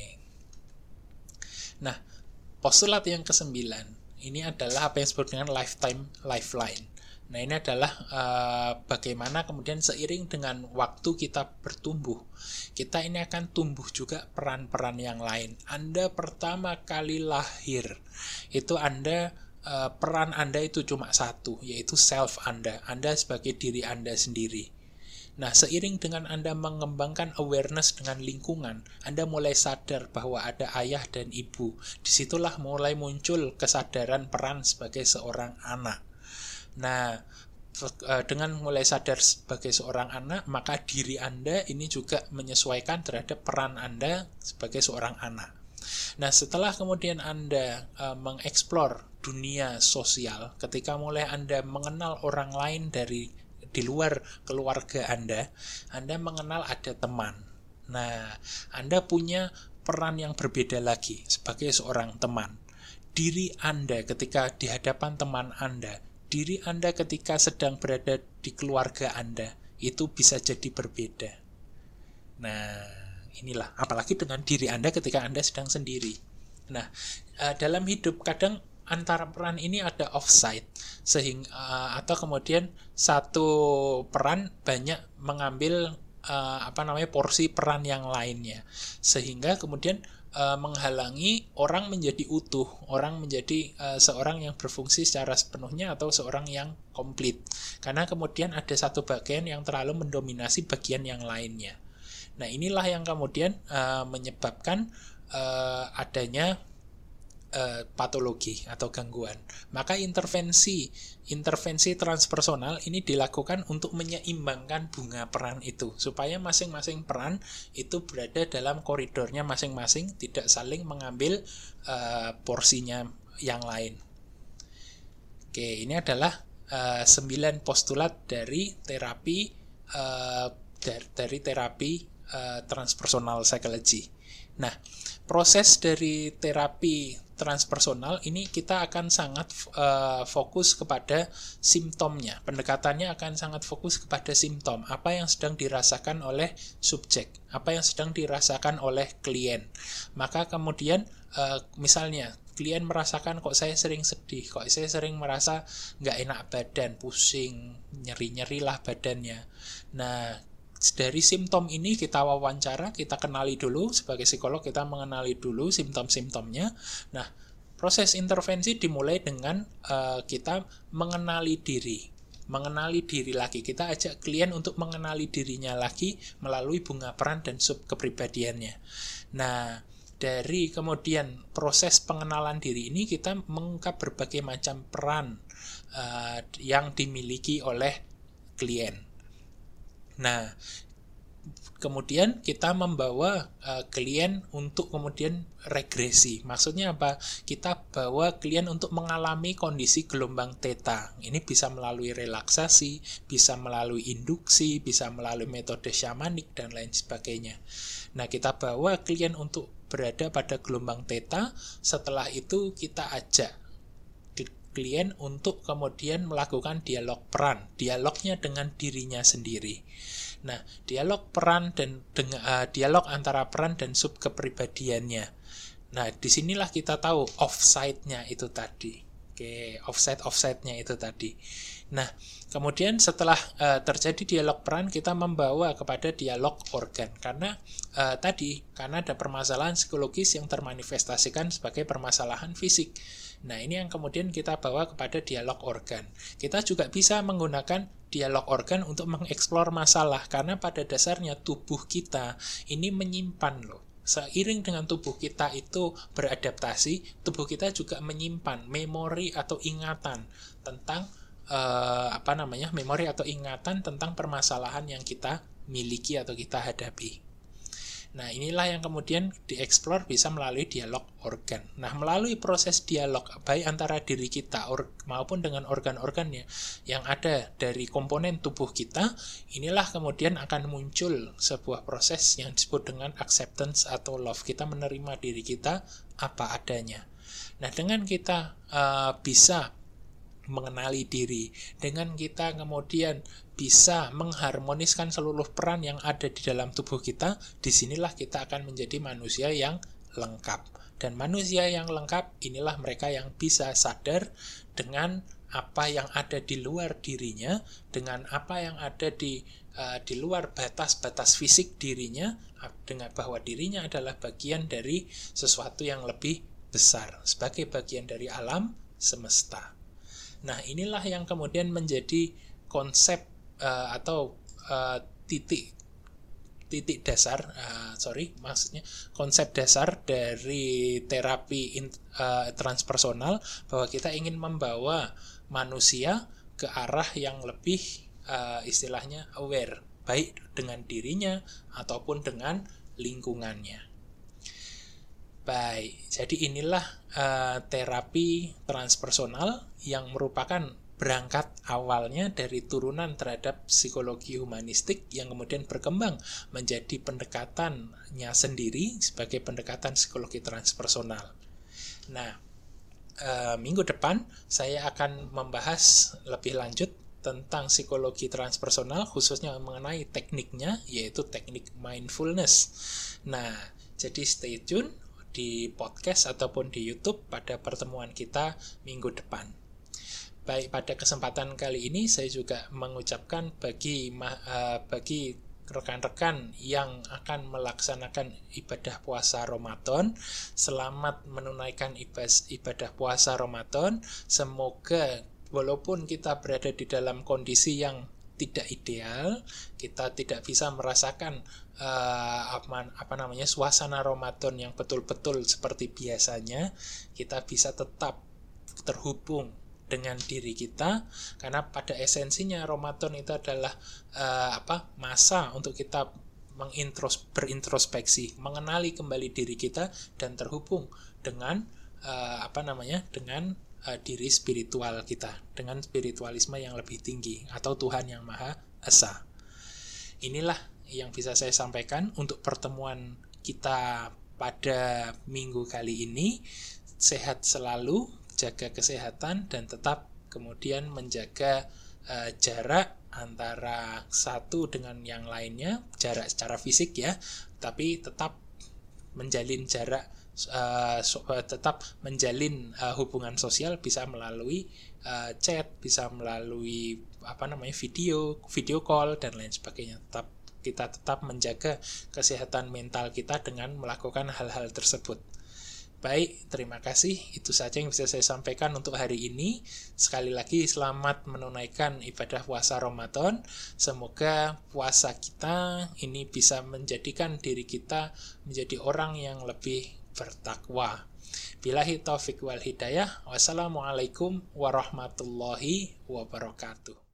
Nah, postulat yang kesembilan ini adalah apa yang disebut dengan lifetime lifeline. Nah, ini adalah uh, bagaimana kemudian seiring dengan waktu kita bertumbuh, kita ini akan tumbuh juga peran-peran yang lain. Anda pertama kali lahir, itu Anda uh, peran Anda itu cuma satu, yaitu self Anda, Anda sebagai diri Anda sendiri. Nah, seiring dengan Anda mengembangkan awareness dengan lingkungan, Anda mulai sadar bahwa ada ayah dan ibu. Disitulah mulai muncul kesadaran peran sebagai seorang anak. Nah, dengan mulai sadar sebagai seorang anak, maka diri Anda ini juga menyesuaikan terhadap peran Anda sebagai seorang anak. Nah, setelah kemudian Anda uh, mengeksplor dunia sosial, ketika mulai Anda mengenal orang lain dari di luar keluarga Anda, Anda mengenal ada teman. Nah, Anda punya peran yang berbeda lagi sebagai seorang teman. Diri Anda ketika di hadapan teman Anda, diri Anda ketika sedang berada di keluarga Anda, itu bisa jadi berbeda. Nah, inilah, apalagi dengan diri Anda ketika Anda sedang sendiri. Nah, dalam hidup kadang antara peran ini ada offside, sehingga atau kemudian satu peran banyak mengambil uh, apa namanya porsi peran yang lainnya, sehingga kemudian uh, menghalangi orang menjadi utuh, orang menjadi uh, seorang yang berfungsi secara sepenuhnya atau seorang yang komplit, karena kemudian ada satu bagian yang terlalu mendominasi bagian yang lainnya. Nah, inilah yang kemudian uh, menyebabkan uh, adanya Uh, patologi atau gangguan. Maka intervensi intervensi transpersonal ini dilakukan untuk menyeimbangkan bunga peran itu, supaya masing-masing peran itu berada dalam koridornya masing-masing, tidak saling mengambil uh, porsinya yang lain. Oke, ini adalah uh, sembilan postulat dari terapi uh, dari, dari terapi uh, transpersonal psychology. Nah, proses dari terapi transpersonal ini kita akan sangat uh, fokus kepada simptomnya. Pendekatannya akan sangat fokus kepada simptom, apa yang sedang dirasakan oleh subjek, apa yang sedang dirasakan oleh klien. Maka kemudian uh, misalnya klien merasakan kok saya sering sedih, kok saya sering merasa nggak enak badan, pusing, nyeri-nyeri lah badannya. Nah, dari simptom ini kita wawancara, kita kenali dulu, sebagai psikolog kita mengenali dulu simptom-simptomnya. Nah, proses intervensi dimulai dengan uh, kita mengenali diri. Mengenali diri lagi. Kita ajak klien untuk mengenali dirinya lagi melalui bunga peran dan sub kepribadiannya. Nah, dari kemudian proses pengenalan diri ini kita mengungkap berbagai macam peran uh, yang dimiliki oleh klien. Nah, kemudian kita membawa uh, klien untuk kemudian regresi. Maksudnya apa? Kita bawa klien untuk mengalami kondisi gelombang theta. Ini bisa melalui relaksasi, bisa melalui induksi, bisa melalui metode syamanik, dan lain sebagainya. Nah, kita bawa klien untuk berada pada gelombang theta. Setelah itu kita ajak klien untuk kemudian melakukan dialog peran, dialognya dengan dirinya sendiri. Nah, dialog peran dan dengan uh, dialog antara peran dan sub kepribadiannya. Nah, disinilah kita tahu offside-nya itu tadi. Oke, offside offside-nya itu tadi. Nah, kemudian setelah uh, terjadi dialog peran, kita membawa kepada dialog organ. Karena uh, tadi, karena ada permasalahan psikologis yang termanifestasikan sebagai permasalahan fisik. Nah, ini yang kemudian kita bawa kepada dialog organ. Kita juga bisa menggunakan dialog organ untuk mengeksplor masalah, karena pada dasarnya tubuh kita ini menyimpan loh. Seiring dengan tubuh kita itu beradaptasi, tubuh kita juga menyimpan memori atau ingatan tentang uh, apa namanya? memori atau ingatan tentang permasalahan yang kita miliki atau kita hadapi. Nah, inilah yang kemudian dieksplor bisa melalui dialog organ. Nah, melalui proses dialog baik antara diri kita or, maupun dengan organ-organnya yang ada dari komponen tubuh kita, inilah kemudian akan muncul sebuah proses yang disebut dengan acceptance atau love. Kita menerima diri kita apa adanya. Nah, dengan kita uh, bisa mengenali diri, dengan kita kemudian bisa mengharmoniskan seluruh peran yang ada di dalam tubuh kita, disinilah kita akan menjadi manusia yang lengkap. Dan manusia yang lengkap, inilah mereka yang bisa sadar dengan apa yang ada di luar dirinya, dengan apa yang ada di uh, di luar batas-batas fisik dirinya, dengan bahwa dirinya adalah bagian dari sesuatu yang lebih besar, sebagai bagian dari alam semesta. Nah, inilah yang kemudian menjadi konsep uh, atau uh, titik titik dasar, uh, sorry, maksudnya konsep dasar dari terapi in, uh, transpersonal, bahwa kita ingin membawa manusia ke arah yang lebih uh, istilahnya aware, baik dengan dirinya ataupun dengan lingkungannya. Baik, jadi inilah uh, terapi transpersonal yang merupakan berangkat awalnya dari turunan terhadap psikologi humanistik yang kemudian berkembang menjadi pendekatannya sendiri sebagai pendekatan psikologi transpersonal. Nah, uh, minggu depan saya akan membahas lebih lanjut tentang psikologi transpersonal, khususnya mengenai tekniknya, yaitu teknik mindfulness. Nah, jadi stay tune di podcast ataupun di YouTube pada pertemuan kita minggu depan. Baik, pada kesempatan kali ini saya juga mengucapkan bagi uh, bagi rekan-rekan yang akan melaksanakan ibadah puasa Ramadan, selamat menunaikan ibadah puasa Ramadan. Semoga walaupun kita berada di dalam kondisi yang tidak ideal, kita tidak bisa merasakan Uh, apa, apa namanya suasana Ramadan yang betul-betul seperti biasanya, kita bisa tetap terhubung dengan diri kita, karena pada esensinya Ramadan itu adalah uh, apa masa untuk kita mengintros, berintrospeksi, mengenali kembali diri kita dan terhubung dengan uh, apa namanya dengan uh, diri spiritual kita, dengan spiritualisme yang lebih tinggi atau Tuhan yang Maha Esa. Inilah yang bisa saya sampaikan untuk pertemuan kita pada minggu kali ini. sehat selalu, jaga kesehatan, dan tetap kemudian menjaga uh, jarak antara satu dengan yang lainnya, jarak secara fisik ya, tapi tetap menjalin jarak, uh, so, uh, tetap menjalin uh, hubungan sosial bisa melalui uh, chat, bisa melalui apa namanya video, video call dan lain sebagainya. Tetap kita tetap menjaga kesehatan mental kita dengan melakukan hal-hal tersebut. Baik, terima kasih. Itu saja yang bisa saya sampaikan untuk hari ini. Sekali lagi, selamat menunaikan ibadah puasa Ramadan. Semoga puasa kita ini bisa menjadikan diri kita menjadi orang yang lebih bertakwa. Billahi taufiq wal hidayah. Wassalamualaikum warahmatullahi wabarakatuh.